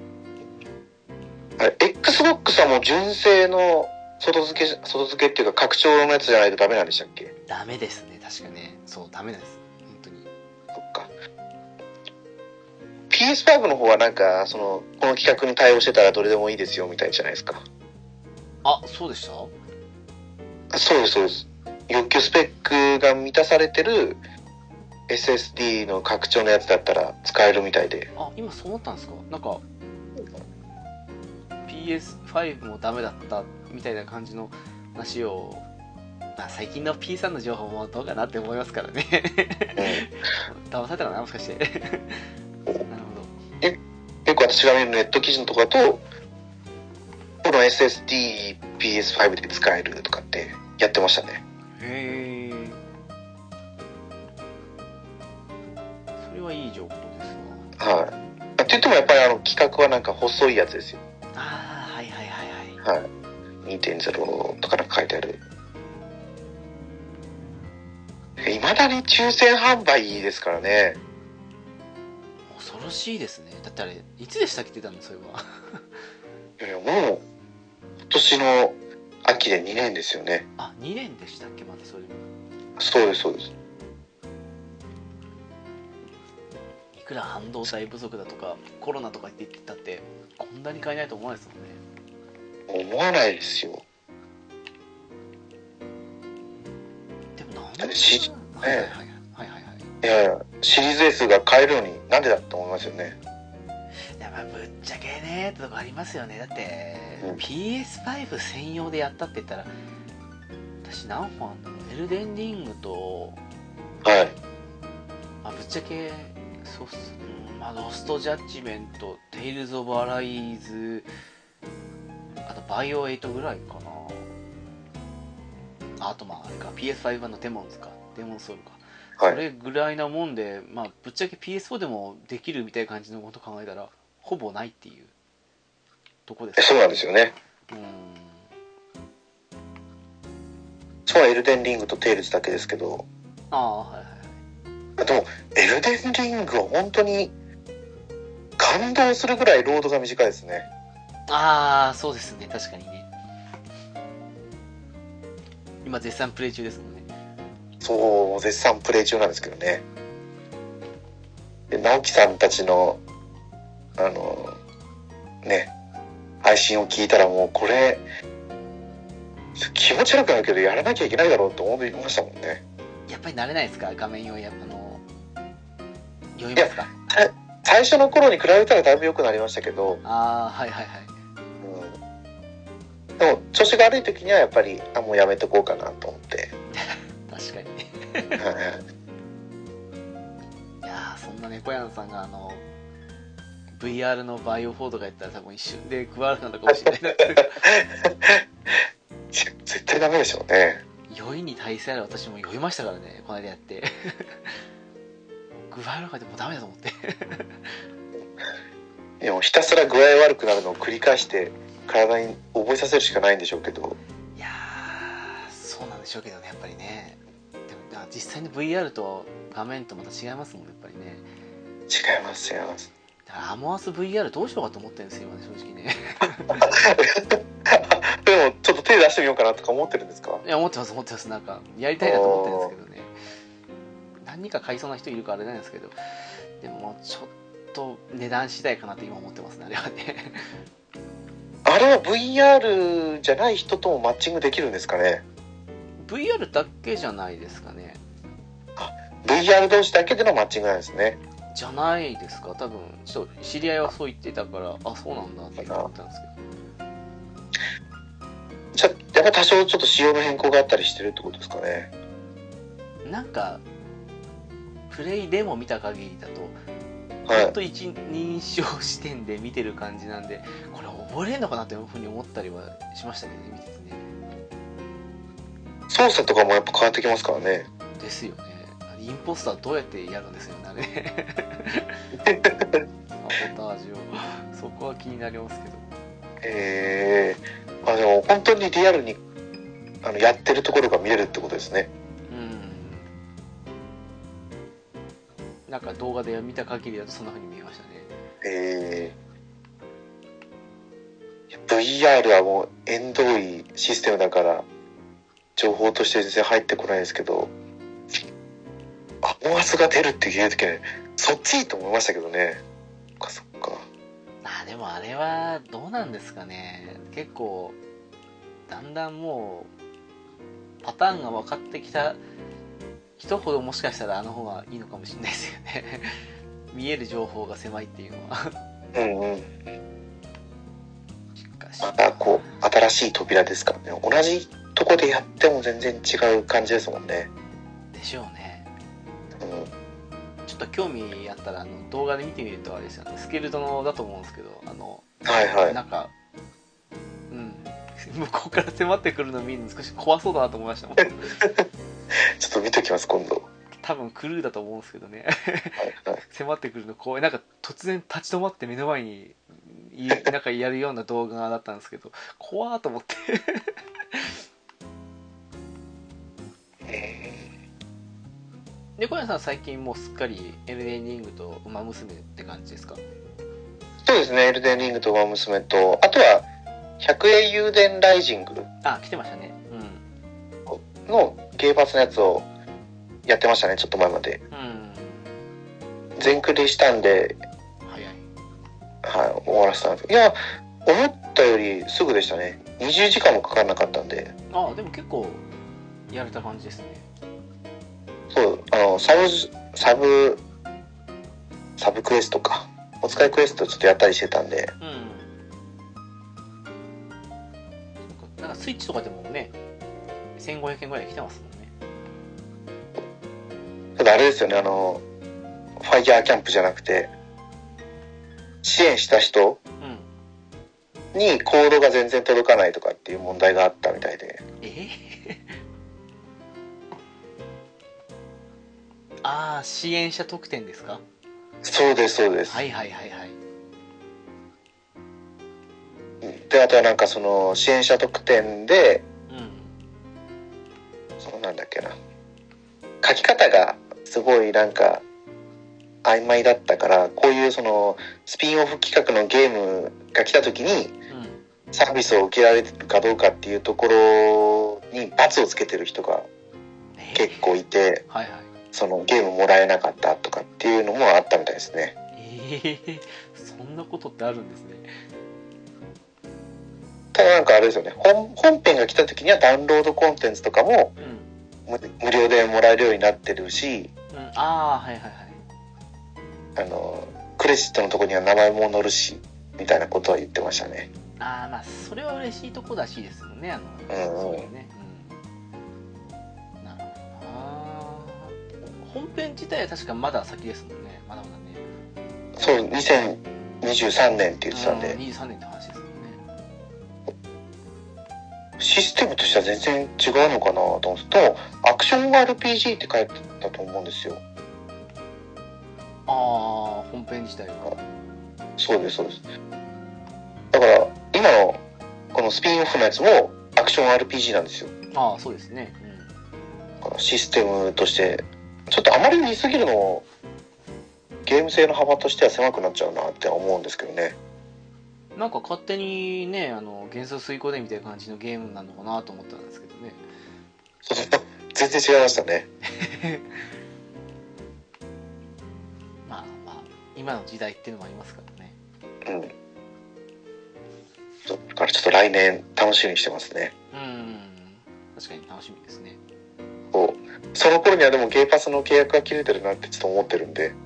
あれ、Xbox はもう純正の外付けっていうか拡張のやつじゃないとダメなんでしたっけ？ ダメですね、確かね。そう、ダメです。本当に。 そっか。PS5 の方はなんか、この企画に対応してたらどれでもいいですよみたいじゃないですか。 あ、そうでした？ そうです、そうです。欲求スペックが満たされてる SSD の拡張のやつだったら使えるみたいで。 あ、今そう思ったんですか？なんか、PS5 もダメだったみたいな感じの話を、まあ、最近の P さんの情報もどうかなって思いますからね。騙されたかな、もしかして。なるほど。 よく私が見るネット記事のとかと、この SSD PS5 で使えるとかってやってましたね。 へえ。それはいい情報ですはい。って言ってもやっぱり規格はなんか細いやつですよ。 わ。ああ、はいはいはいはい。 はい。2.0 とかなんか書いてある。未だに抽選販売ですからね。 恐ろしいですね。だってあれ、いつでしたっけ出たの、それは。 いやもう、今年の秋で2年ですよね。 あ、2年でしたっけ、またそれも。 そうです、そうです。 いくら半導体不足だとか、コロナとかって言ってたって、こんなに買えないと思わないですもんね。 思わないですよ。 でもなんだってはいはいはいはいはいはい。 いやいや、シリーズ S が買えるのになんでだって思いますよね。 いやまあぶっちゃけねってとこありますよね。だって、 うん、 PS5 専用でやったって言ったら、私何本あんだろう。エルデンリングと、 はい。 まあ、ぶっちゃけそうっす、まあ、ロストジャッジメント、テイルズ・オブ・アライズ、 あとバイオ8ぐらいかな。あとまああれか PS5 版のデモンズか、デモンソウルか、 はい。 それぐらいなもんで、まあぶっちゃけ PS4 でもできるみたいな感じのこと考えたらほぼないっていうとこですそうなんですよね。そうはエルデンリングとテイルズだけですけど、 ああ、はいはいはい。 でもエルデンリングは本当に感動するぐらいロードが短いですね。 ああ、そうですね、確かにね。今絶賛プレイ中ですもんね。 そう、絶賛プレイ中なんですけどね。で、直樹さんたちのね、配信を聞いたらもうこれ気持ち悪くなるけどやらなきゃいけないだろうと思いましたもんね。 やっぱり慣れないですか、画面用や酔いますか。 最初の頃に比べたらだいぶ良くなりましたけど、 ああ、はいはいはい。 でも調子が悪い時にはやっぱりもうやめとこうかなと思って確かにね。 はいいやー、そんな猫やんさんがVR のバイオフォードがやったら多分一瞬で配るのかもしれないな絶対ダメでしょうね。 酔いに対する私も酔いましたからね、この間やって具合悪くてもうダメだと思ってでもひたすら具合悪くなるのを繰り返して体に覚えさせるしかないんでしょうけど。 いやー、そうなんでしょうけどね、やっぱりね。でも実際の VR と画面とまた違いますもんね、やっぱりね。 違います。 だからアモアス VR どうしようかと思ってるんですよ、今ね、正直ねでもちょっと手出してみようかなとか思ってるんですか？ いや、思ってます。なんかやりたいなと思ってるんですけどね。何人か買いそうな人いるからあれなんですけど、でもちょっと値段次第かなって今思ってますね、あれはねあれは VR じゃない人ともマッチングできるんですかね？ VR だけじゃないですかね。 VR 同士だけでのマッチングなんですね。 じゃないですか、多分。ちょっと知り合いはそう言ってたから、あ、そうなんだって思ったんですけど。 やっぱ多少ちょっと仕様の変更があったりしてるってことですかね。 なんかプレイデモ見た限りだとはい。 ほんと一人称視点で見てる感じなんで、これ覚えれんのかなというふうに思ったりはしましたけどね、見ててね。 操作とかもやっぱ変わってきますからね。 ですよね。インポスターどうやってやるんですよね、あれねサボタージュを。そこは気になりますけど。 でも本当にリアルにやってるところが見れるってことですね。 なんか動画で見た限りだとそんな風に見えましたね。 VR はもう縁遠いシステムだから情報として全然入ってこないですけど、アモアスが出るって聞いた時はそっちと思いましたけどね。そっか。 まあでもあれはどうなんですかね。結構だんだんもうパターンが分かってきた人ほどもしかしたらあの方がいいのかもしれないですよね見える情報が狭いっていうのはしかしまたこう新しい扉ですからね。同じとこでやっても全然違う感じですもんね。 でしょうね。ちょっと興味あったら動画で見てみるとあれですよね、スケルトのだと思うんですけど、なんか向こうから迫ってくるの見るの少し怖そうだなと思いましたもんちょっと見ときます今度。 多分クルーだと思うんですけどね迫ってくるの怖い。なんか突然立ち止まって目の前になんかやるような動画だったんですけど怖ーと思ってで小山さん最近もうすっかりエルデンリングとウマ娘って感じですか？ そうですね、エルデンリングとウマ娘と、あとは百英雄伝ライジング来てましたね。 のゲーパスのやつをやってましたね、ちょっと前まで。全クリしたんで早い、終わらせたんですけど、いや思ったよりすぐでしたね。20時間もかからなかったんで。 でも結構やれた感じですね。 そう、サブクエストか、お使いクエストちょっとやったりしてたんで。 なんかスイッチとかでもね1500円ぐらい来てますもんね。 ただあれですよね、ファイヤーキャンプじゃなくて支援した人にコードが全然届かないとかっていう問題があったみたいで。 ああ、支援者特典ですか？ そうですそうです。 はいはいはいはい。 であとはなんかその支援者特典で、 うん、 そのなんだっけな、書き方がすごいなんか曖昧だったから、こういうそのスピンオフ企画のゲームが来た時にサービスを受けられるかどうかっていうところに罰をつけてる人が結構いて、 はいはい、 そのゲームもらえなかったとかっていうのもあったみたいですね。 そんなことってあるんですね。 ただなんかあれですよね、本編が来た時にはダウンロードコンテンツとかも無料でもらえるようになってるし、 ああはいはいはい、 クレジットのとこには名前も載るしみたいなことは言ってましたね。 ああ、まあそれは嬉しいとこらしいですもんね、そういうね、なるほどな。本編自体は確かまだ先ですもんね、まだまだね。 そう、2023年って言ってたんで。 23年って話ですもんね。 システムとしては全然違うのかなと思うと、アクション RPG って書いてたと思うんですよ。 ああ、本編自体は。 そうですそうです。だから今のこのスピンオフのやつもアクション RPG なんですよ。 ああ、そうですね。 だからシステムとしてちょっとあまり似すぎるのもゲーム性の幅としては狭くなっちゃうなって思うんですけどね。 なんか勝手にね、幻想水光伝みたいな感じのゲームなのかなと思ったんですけどね。 全然違いましたね。 まあまあ今の時代っていうのもありますからね。 だからちょっと来年楽しみにしてますね。 確かに楽しみですね。 その頃にはでもゲーパスの契約が切れてるなってちょっと思ってるんで。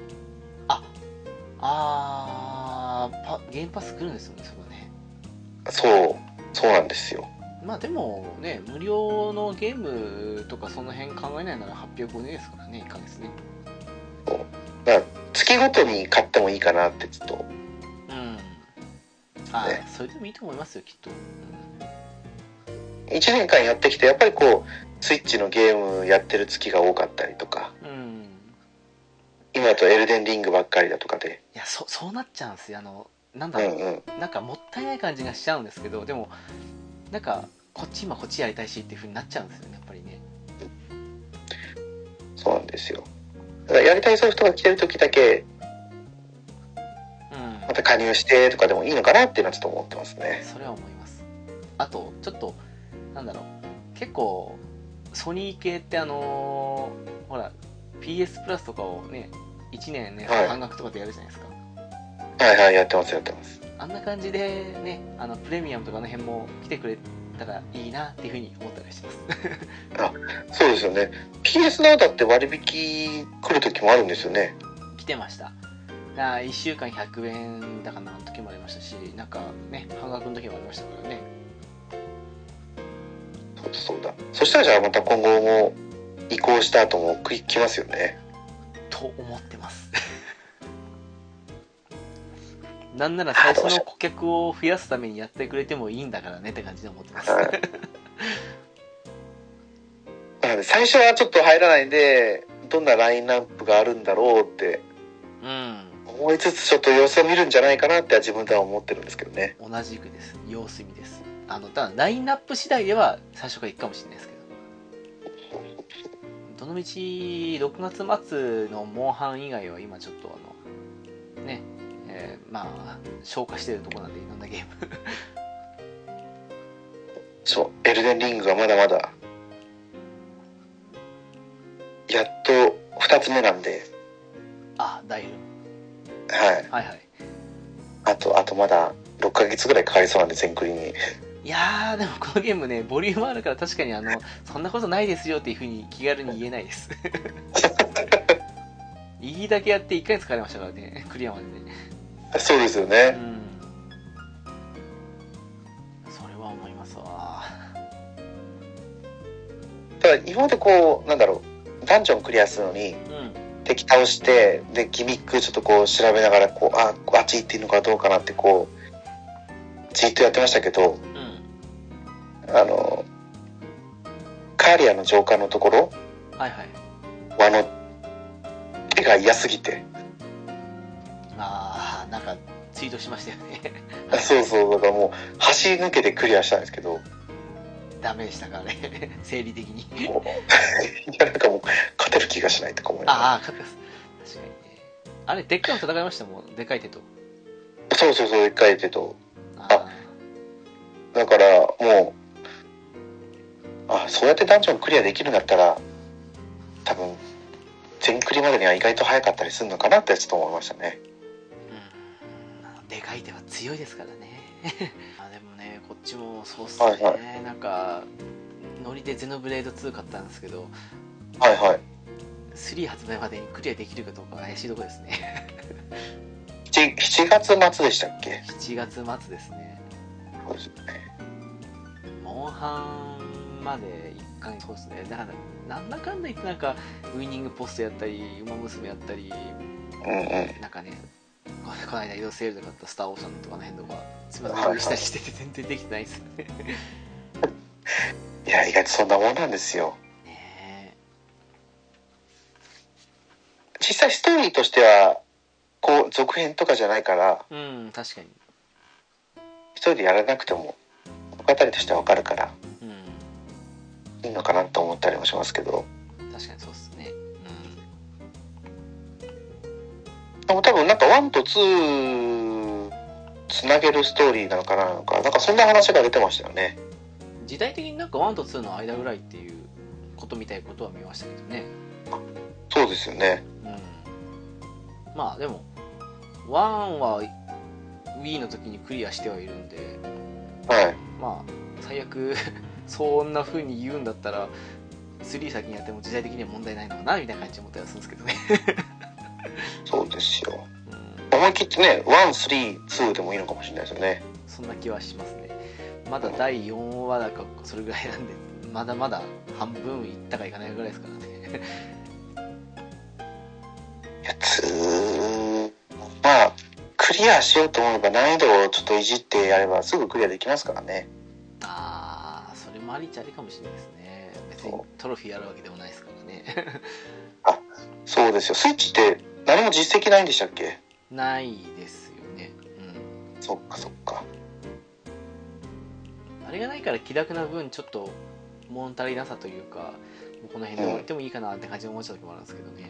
ゲームパス来るんですよね、それはね。 そうなんですよ。 まあでもね、無料のゲームとかその辺考えないなら805年ですからね、1ヶ月ね。 だから月ごとに買ってもいいかなってちょっと。 それでもいいと思いますよ、きっと。 1年間やってきてやっぱりこうスイッチのゲームやってる月が多かったりとか、今だとエルデンリングばっかりだとかで、 いや、そうなっちゃうんですよ。なんだろう、なんかもったいない感じがしちゃうんですけど、でもなんかこっちやりたいしっていう風になっちゃうんですよね、やっぱりね。 そうなんですよ。だからやりたいソフトが来てる時だけまた加入してとかでもいいのかなっていうのはちょっと思ってますね。 それは思います。あとちょっとなんだろう、結構ソニー系ってほら PS プラスとかをね1年ね、半額とかでやるじゃないですか。 はい、やってます。 あんな感じでね、プレミアムとかの辺も来てくれたらいいなっていうふうに思ったりしますそうですよね。 PS Now だって割引来る時もあるんですよね。 来てました。1週間100円だかなの時もありましたし、なんかね半額の時もありましたからね。 そうだ。そしたらじゃあまた今後も移行した後も来ますよね。 と思ってますなんなら最初の顧客を増やすためにやってくれてもいいんだからねって感じで思ってますなので最初はちょっと入らないでどんなラインナップがあるんだろうって思いつつちょっと様子を見るんじゃないかなって自分では思ってるんですけどね。 同じくです。様子見です。ただラインナップ次第では最初から行くかもしれないですけど、どのみち6月末のモンハン以外は今ちょっとね、まあ消化してるところなんでいろんなゲームそうエルデンリングがまだまだやっと2つ目なんで。 ダイルはい。あとまだ6ヶ月ぐらいかかりそうなんで全クリに。 いやーでもこのゲームねボリュームあるから確かにそんなことないですよっていう風に気軽に言えないですいいだけやって1回疲れましたからね、クリアまでね。 そうですよね。 それは思いますわ。 ただ今までこうなんだろう、ダンジョンクリアするのに、敵倒してでギミックちょっとこう調べながらこうあっち行っていいのかどうかなってこうツイートやってましたけど、 うん。 カーリアの上官のところ、 はいはい。 手が嫌すぎて。 ああ、なんかツイートしましたよね。 そうそう、だからもう走り抜けてクリアしたんですけど、 ダメでしたからね。生理的に。 いや、なんかもう勝てる気がしないとか思いながら。 ああ、勝ってます。確かにね。あれ、でっかいの戦いましたもん。でかい手と。 そうそうそう、一回手と。 あだからもう、そうやってダンジョンクリアできるんだったら、多分全クリまでには意外と早かったりするのかなってちょっと思いましたね。 でかい手は強いですからね。でもね、こっちもそうっすね。 はいはなんか、ノリでゼノブレード2買ったんですけど、 はいはい。 3発売までにクリアできるかどうか怪しいとこですね。 7月末でしたっけ？ 7月末ですね。 そうですね。 モンハンまで1回、そうですね。だからなんだかんだ言ってなんかウイニングポストやったりウマ娘やったり、なんかね、この間移動セールで買ったスターオーシャンとかの辺とかつまずきしたりしてて全然できてないですよね。 いや、意外とそんなもんなんですよ。 ね実際ストーリーとしてはこう続編とかじゃないから、 確かに。 一人でやらなくても物語としてはわかるからいいのかなと思ったりもしますけど、 確かにそうですね。 でも多分なんか1と2つなげるストーリーなのかな、なんかそんな話が出てましたよね。 時代的になんか1と2の間ぐらいっていうことみたいなことは見ましたけどね。 そうですよね。 まあでも1は Wii の時にクリアしてはいるんで、 はい。 まあ最悪そんな風に言うんだったら3先にやっても時代的には問題ないのかなみたいな感じで思ったりするんですけどね。 そうですよ。思い切ってね、1、3、2でもいいのかもしれないですよね。 そんな気はしますね。まだ第4話だかそれぐらいなんで、まだまだ半分いったかいかないぐらいですからね。 いや、2、まあ、クリアしようと思えば難易度をちょっといじってやればすぐクリアできますからね。 それもありっちゃありかもしれないですね。別にトロフィーあるわけでもないですからね。 そうですよ。スイッチって何も実績ないんでしたっけ？ ないですよね。 そっかそっか。 あれがないから気楽な分ちょっと物足りなさというか、もうこの辺で置いてもいいかなって感じで思っちゃう時もあるんですけどね。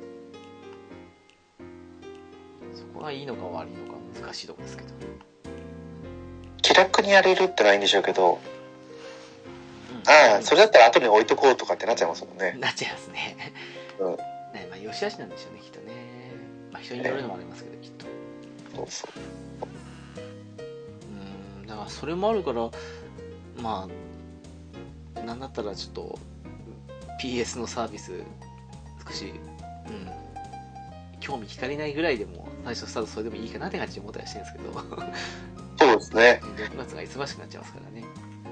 そこがいいのか悪いのか難しいところですけど。 気楽にやれるってのはいいんでしょうけど、それだったら後に置いとこうとかってなっちゃいますもんね。 なっちゃいますね。ね、まあ良し悪しなんでしょうね、きっとね。まあ人によるのもありますけど、きっと。 そうそう。 だからそれもあるから、まあなんだったらちょっと PS のサービス少し興味惹かれないぐらいでも最初スタートそれでもいいかなって感じで思ったりしてるんですけど。 そうですね。 6月が忙しくなっちゃいますからね。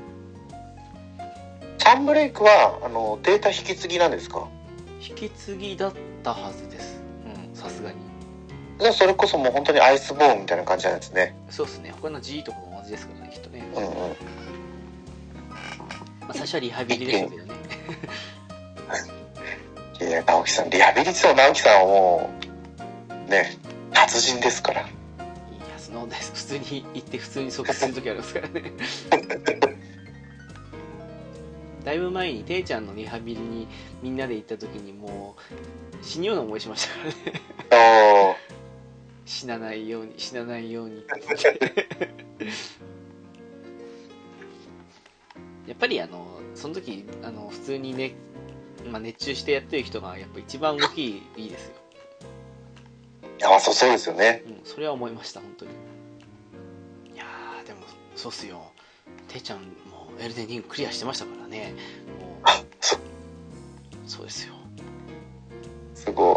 サンブレイクはデータ引き継ぎなんですか？ 引き継ぎだったはずです。さすがに。 じゃあそれこそもう本当にアイスボーンみたいな感じなんですね。 そうですね。他の G とかも同じですからね、きっとね。まあ、最初はリハビリでしたけどね。 いや、直樹さん、リハビリの直樹さんはもうね、達人ですから。いや、 その普通に行って普通に即死する時ありますからね。だいぶ前にていちゃんのリハビリにみんなで行った時にもう死ぬような思いしましたからね。死なないように死なないように。やっぱりその時普通にね、熱中してやってる人がやっぱ一番動きいいですよ。 いや、そうですよね。 それは思いました本当に。いやーでもそうっすよ。ていちゃんもエルデンリングクリアしてましたからね。もうそうですよ。 すごい。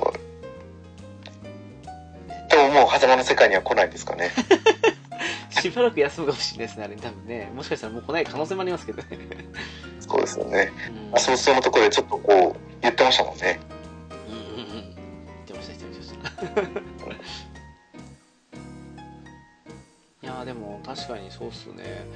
でももう狭間の世界には来ないんですかね。 しばらく休むかもしれないですね、あれ多分ね。もしかしたらもう来ない可能性もありますけどね。 そうですよね。そのところでちょっとこう言ってましたもんね。 言ってました。 いやでも確かにそうっすね。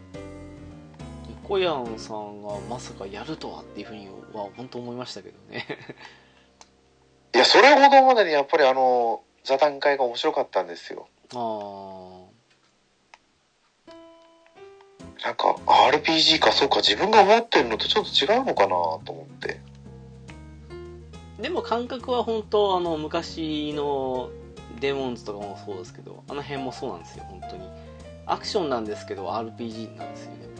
小山さんがまさかやるとはっていうふうには本当思いましたけどね。 いや、それほどまでにやっぱり座談会が面白かったんですよ。 あなんか RPG か、そうか、自分が思ってるのとちょっと違うのかなと思って。 でも感覚は本当昔のデモンズとかもそうですけど、あの辺もそうなんですよ。本当にアクションなんですけど RPG なんですよね、やっ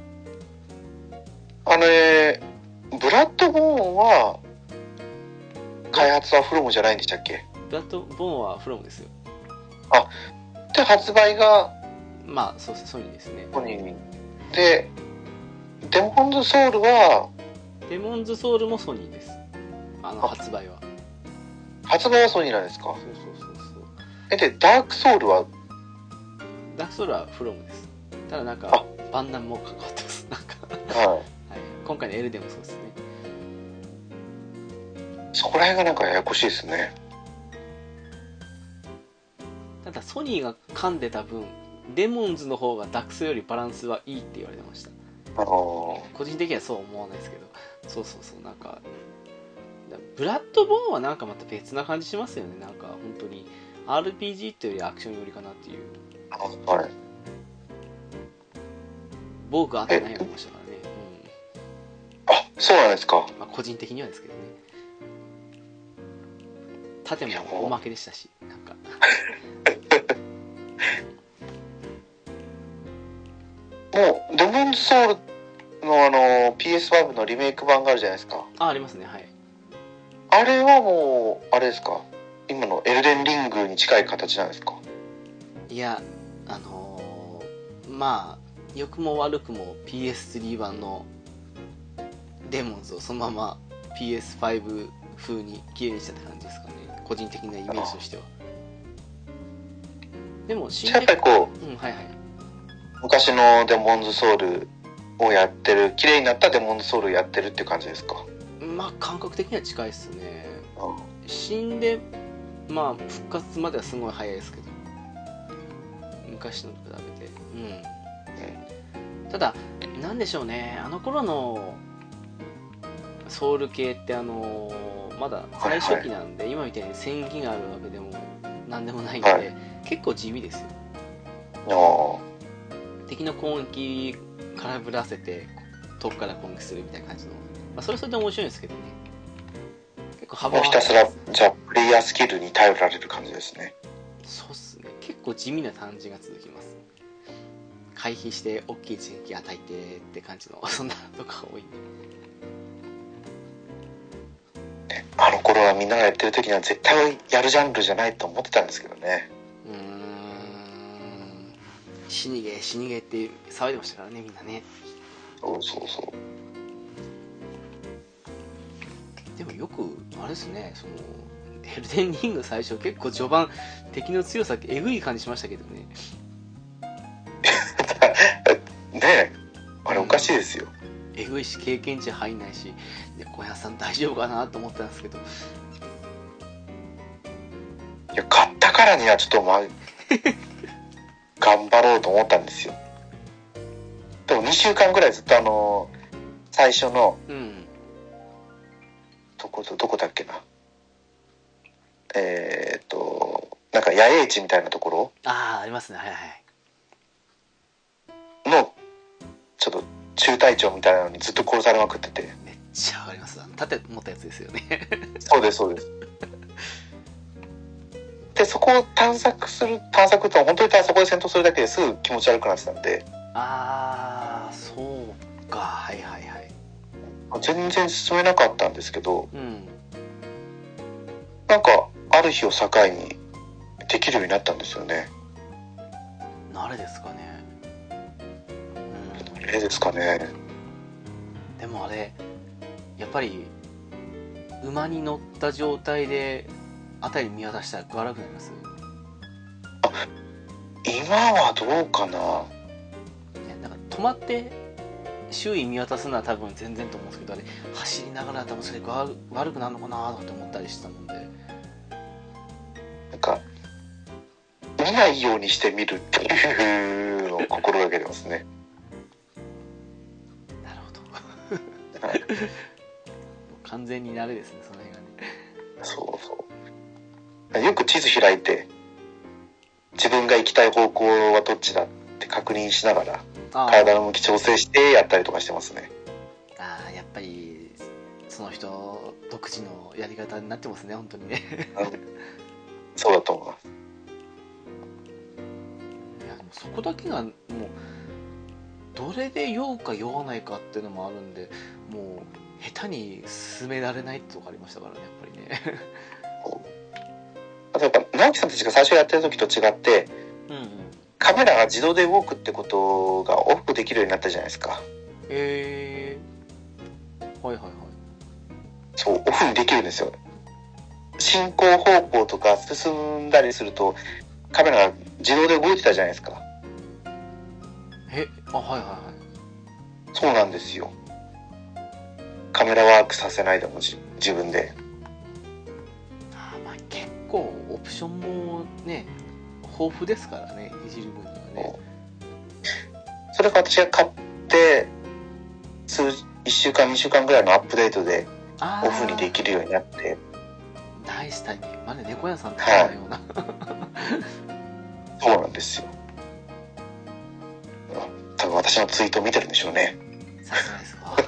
ぱりね。 ブラッドボーンは開発はフロムじゃないんでしたっけ？ ブラッドボーンはフロムですよ。 で発売がまあそうです、ソニーですね。 ソニーで、デモンズソウルはデモンズソウルもソニーです。発売はソニーなんですか？ そうそうそう。 でダークソウルはフロムです。ただなんかバンダムも関わってます。なんかはい、 はい、今回のエルデもそうですね。 そこら辺がなんかややこしいですね。 ただソニーが噛んでた分、デモンズの方がダクソよりバランスはいいって言われてました。個人的にはそうは思わないですけど、そうそうそう、なんかブラッドボーンはなんかまた別な感じしますよね。なんか本当に RPG っていうよりアクション寄りかなっていう。 はい。 防具あってないようにましたからね。 そうなんですか。 まあ個人的にはですけどね。盾もおまけでしたし、なんかもうデモンズソウルのPS5 のリメイク版があるじゃないですか。 ありますね。はい。 あれはもうあれですか、今のエルデンリングに近い形なんですか？ いや、まあ良くも悪くも PS3 版のデモンズをそのまま PS5 風に綺麗にしたって感じですかね。個人的なイメージとしては。でもやっぱりこう、 はいはい、 昔のデモンズソウルをやってる、綺麗になったデモンズソウルをやってるっていう感じですか？ まあ感覚的には近いですね。死んでまあ復活まではすごい早いですけど、昔のと比べて、ただなんでしょうね、あの頃のソウル系ってまだ最初期なんで、今みたいに戦技があるわけでもなんでもないんで、結構地味ですよ。敵の攻撃からぶらせて遠くから攻撃するみたいな感じの、まあ、それはそれで面白いんですけどね。結構幅はひたすらじゃあプレイヤースキルに頼られる感じですね。 そうっすね。結構地味な感じが続きます。回避して大きい刺激与えてって感じのそんなとか多いんで、 あの頃はみんながやってる時には絶対やるジャンルじゃないと思ってたんですけどね。 死にゲー死にゲーって騒いでましたからね、みんなね。 そうそうそう。 でもよくあれですね、そのエルデンリング最初結構序盤敵の強さえぐい感じしましたけどね。 ねえ、あれおかしいですよ。 えぐいし経験値入んないし、小屋さん大丈夫かなと思ったんですけど、 いや買ったからにはちょっと頑張ろうと思ったんですよ。でも2週間ぐらいずっと最初の、どこだっけな、なんか野営地みたいなところ、 ありますね、はいはいのちょっと中隊長みたいなのにずっと殺されまくってて。 めっちゃわかります。盾持ったやつですよね。 そうですそうです。でそこを探索と本当にそこで戦闘するだけですぐ気持ち悪くなってたんで、 そうか、はいはいはい。 全然進めなかったんですけど、なんかある日を境にできるようになったんですよね。 慣れですかね。 慣れですかね。 でもあれやっぱり馬に乗った状態で辺り見渡したら具合悪くなります？ 今はどうかな。 なんか止まって周囲見渡すのは多分全然と思うんですけど、あれ走りながら多分それ具合悪くなるのかなと思ったりしてたもんで、 なんかも見ないようにして見るっていうのを心がけてますね。 なるほど。 はい、 完全に慣れですね、その辺がね。 そうそう。よく地図開いて、自分が行きたい方向はどっちだって確認しながら、体の向き調整してやったりとかしてますね。 ああ、やっぱりその人独自のやり方になってますね、本当にね。 そうだと思います。 いや、でもそこだけがもうどれで酔うか酔わないかっていうのもあるんで、もう下手に進められないってとこありましたからね、やっぱりね。 あとやっぱ直樹さんたちが最初やってる時と違って、 うんうん、 カメラが自動で動くってことがオフできるようになったじゃないですか。 はいはいはい。 そう、オフにできるんですよ。進行方向とか進んだりするとカメラが自動で動いてたじゃないですか。 はいはいはい。 そうなんですよ。カメラワークさせないでも自分で。 まあ結構オプションもね豊富ですからね、いじる分にはね。 それが私が買って1週間2週間ぐらいのアップデートでオフにできるようになって、 ナイスタイミング。まだ猫屋さんとかのような、 そうなんですよ。多分私のツイートを見てるんでしょうね。 さすがですわ。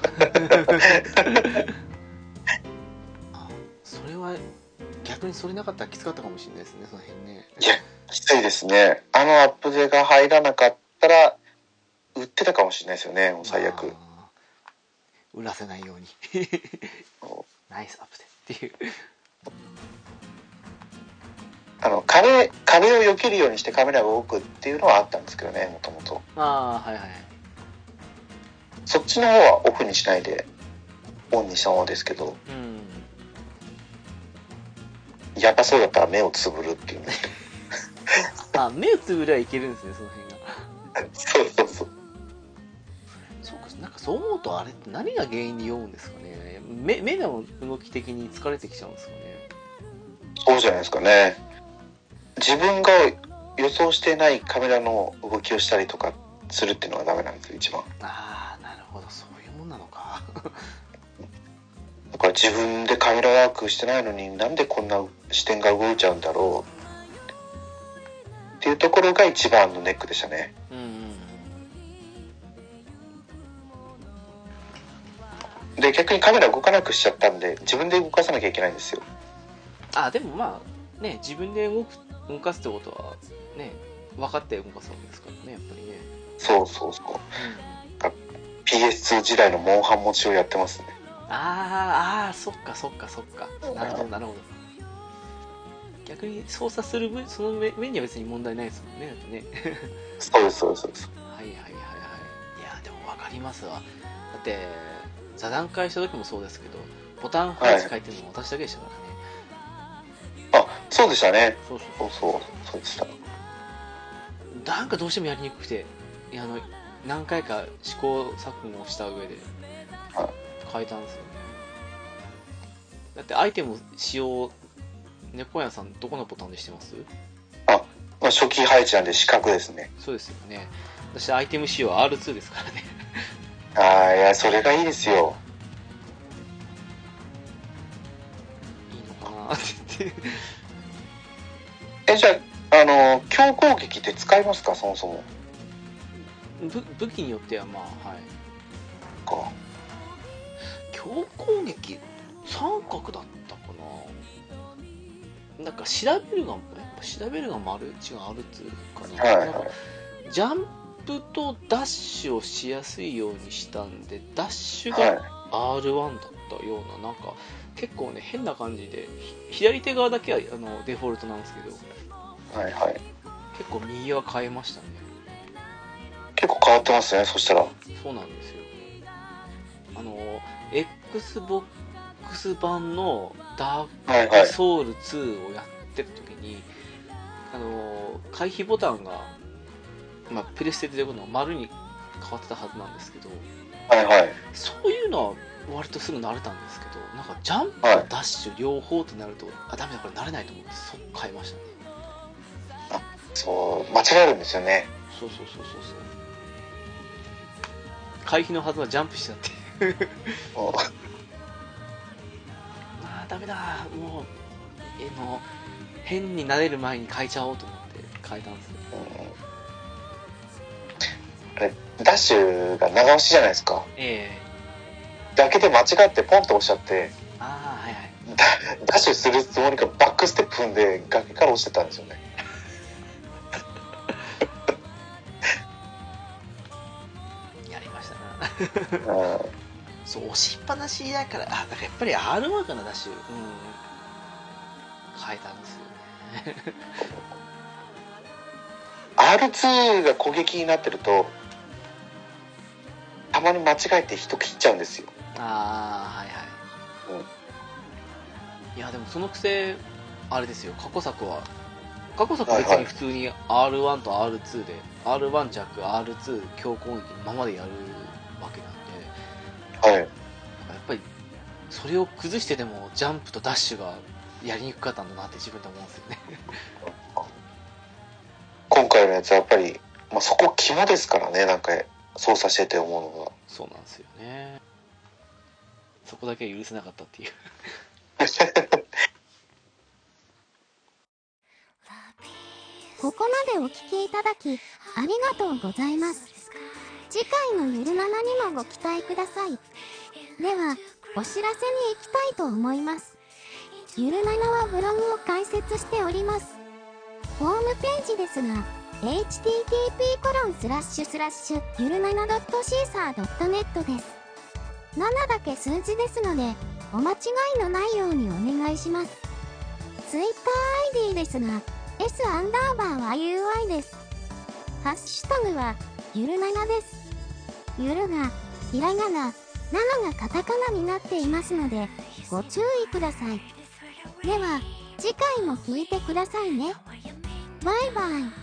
それは逆にそれなかったらきつかったかもしれないですね、その辺ね。 いや、きついですね。アップデが入らなかったら売ってたかもしれないですよね、もう最悪。 売らせないように。ナイスアップデっていう。 壁を避けるようにしてカメラが動くっていうのはあったんですけどね、もともと。 はいはい。 そっちの方はオフにしないでオンにしたままですけど、やばそうだったら目をつぶるっていうね。 目をつぶればいけるんですね、その辺が。 そう。 そうか、なんかそう思うとあれって何が原因に酔うんですかね。目の動き的に疲れてきちゃうんですかね。 そうじゃないですかね。自分が予想してないカメラの動きをしたりとかするっていうのがダメなんですよ、一番。 なるほど、そういうもんなのか。 だから自分でカメラワークしてないのになんでこんな視点が動いちゃうんだろうっていうところが一番のネックでしたね。で、逆にカメラ動かなくしちゃったんで自分で動かさなきゃいけないんですよ。 でもまあね、自分で動かすってことはね、分かって動かすわけですからね、やっぱりね。 そう、PS2 時代のモンハン持ちをやってますね。 そっか。なるほど。逆に操作する分、その面には別に問題ないですもんね、だってね。 そうです。 はい。いや、でも分かりますわ。だって座談会した時もそうですけど、ボタン配置書いてるのも私だけでしたからね。 そうでしたね。 そうでした。 なんかどうしてもやりにくくて、何回か試行錯誤した上で変えたんですよね。だってアイテム使用、猫屋さんどこのボタンでしてます？ 初期配置なんで四角ですね。 そうですよね。私アイテム使用は R2 ですからね。 いや、それがいいですよ。 いいのかなって言って。 じゃあ強攻撃って使いますか、そもそも。 武器によってははい。 か。 強攻撃三角だったかな。なんか調べるが丸違う R2 かな。なんかジャンプとダッシュをしやすいようにしたんで、ダッシュが R1 だったような、なんか結構ね変な感じで、左手側だけはデフォルトなんですけど、結構右は変えましたね。 結構変わってますね、そしたら。 そうなんですよ。Xbox 版のダークソウル2をやってた時に、回避ボタンが、プレステで出てくるのは丸に変わってたはずなんですけど、そういうのは割とすぐ慣れたんですけど、なんかジャンプとダッシュ両方ってなると、ダメだこれ慣れないと思って即変えましたね。 そう間違えるんですよね。 そう回避のはずはジャンプしてたってもうあーダメだもう変になれる前に変えちゃおうと思って変えたんですよ。 あれダッシュが長押しじゃないですか。だけで間違ってポンと押しちゃって、 ああはいはいダッシュするつもりがバックステップ踏んで崖から落ちてたんですよね。 やりましたなそう押しっぱなしだからだからやっぱり R1 かなダッシュ変えたんですよね R2 が攻撃になってるとたまに間違えて人切っちゃうんですよ。 はいはい、いやでもそのくせあれですよ過去作は別に普通に R1 と R2 で R1 弱 R2 強攻撃のままでやるわけなんで、やっぱりそれを崩してでもジャンプとダッシュがやりにくかったんだなって自分で思うんですよね今回のやつはやっぱり、そこ肝ですからね。なんか操作してて思うのがそうなんですよね。そこだけは許せなかったっていうここまでお聞きいただきありがとうございます。次回のゆるななにもご期待ください。ではお知らせに行きたいと思います。ゆるななはブログを開設しております。ホームページですが http:// ゆるなな .caesar.net です。7だけ数字ですのでお間違いのないようにお願いします。TwitterID ですがS_YUI です。ハッシュタグはゆるななです。ゆるがひらがな、なのがカタカナになっていますのでご注意ください。では次回も聞いてくださいね。バイバイ。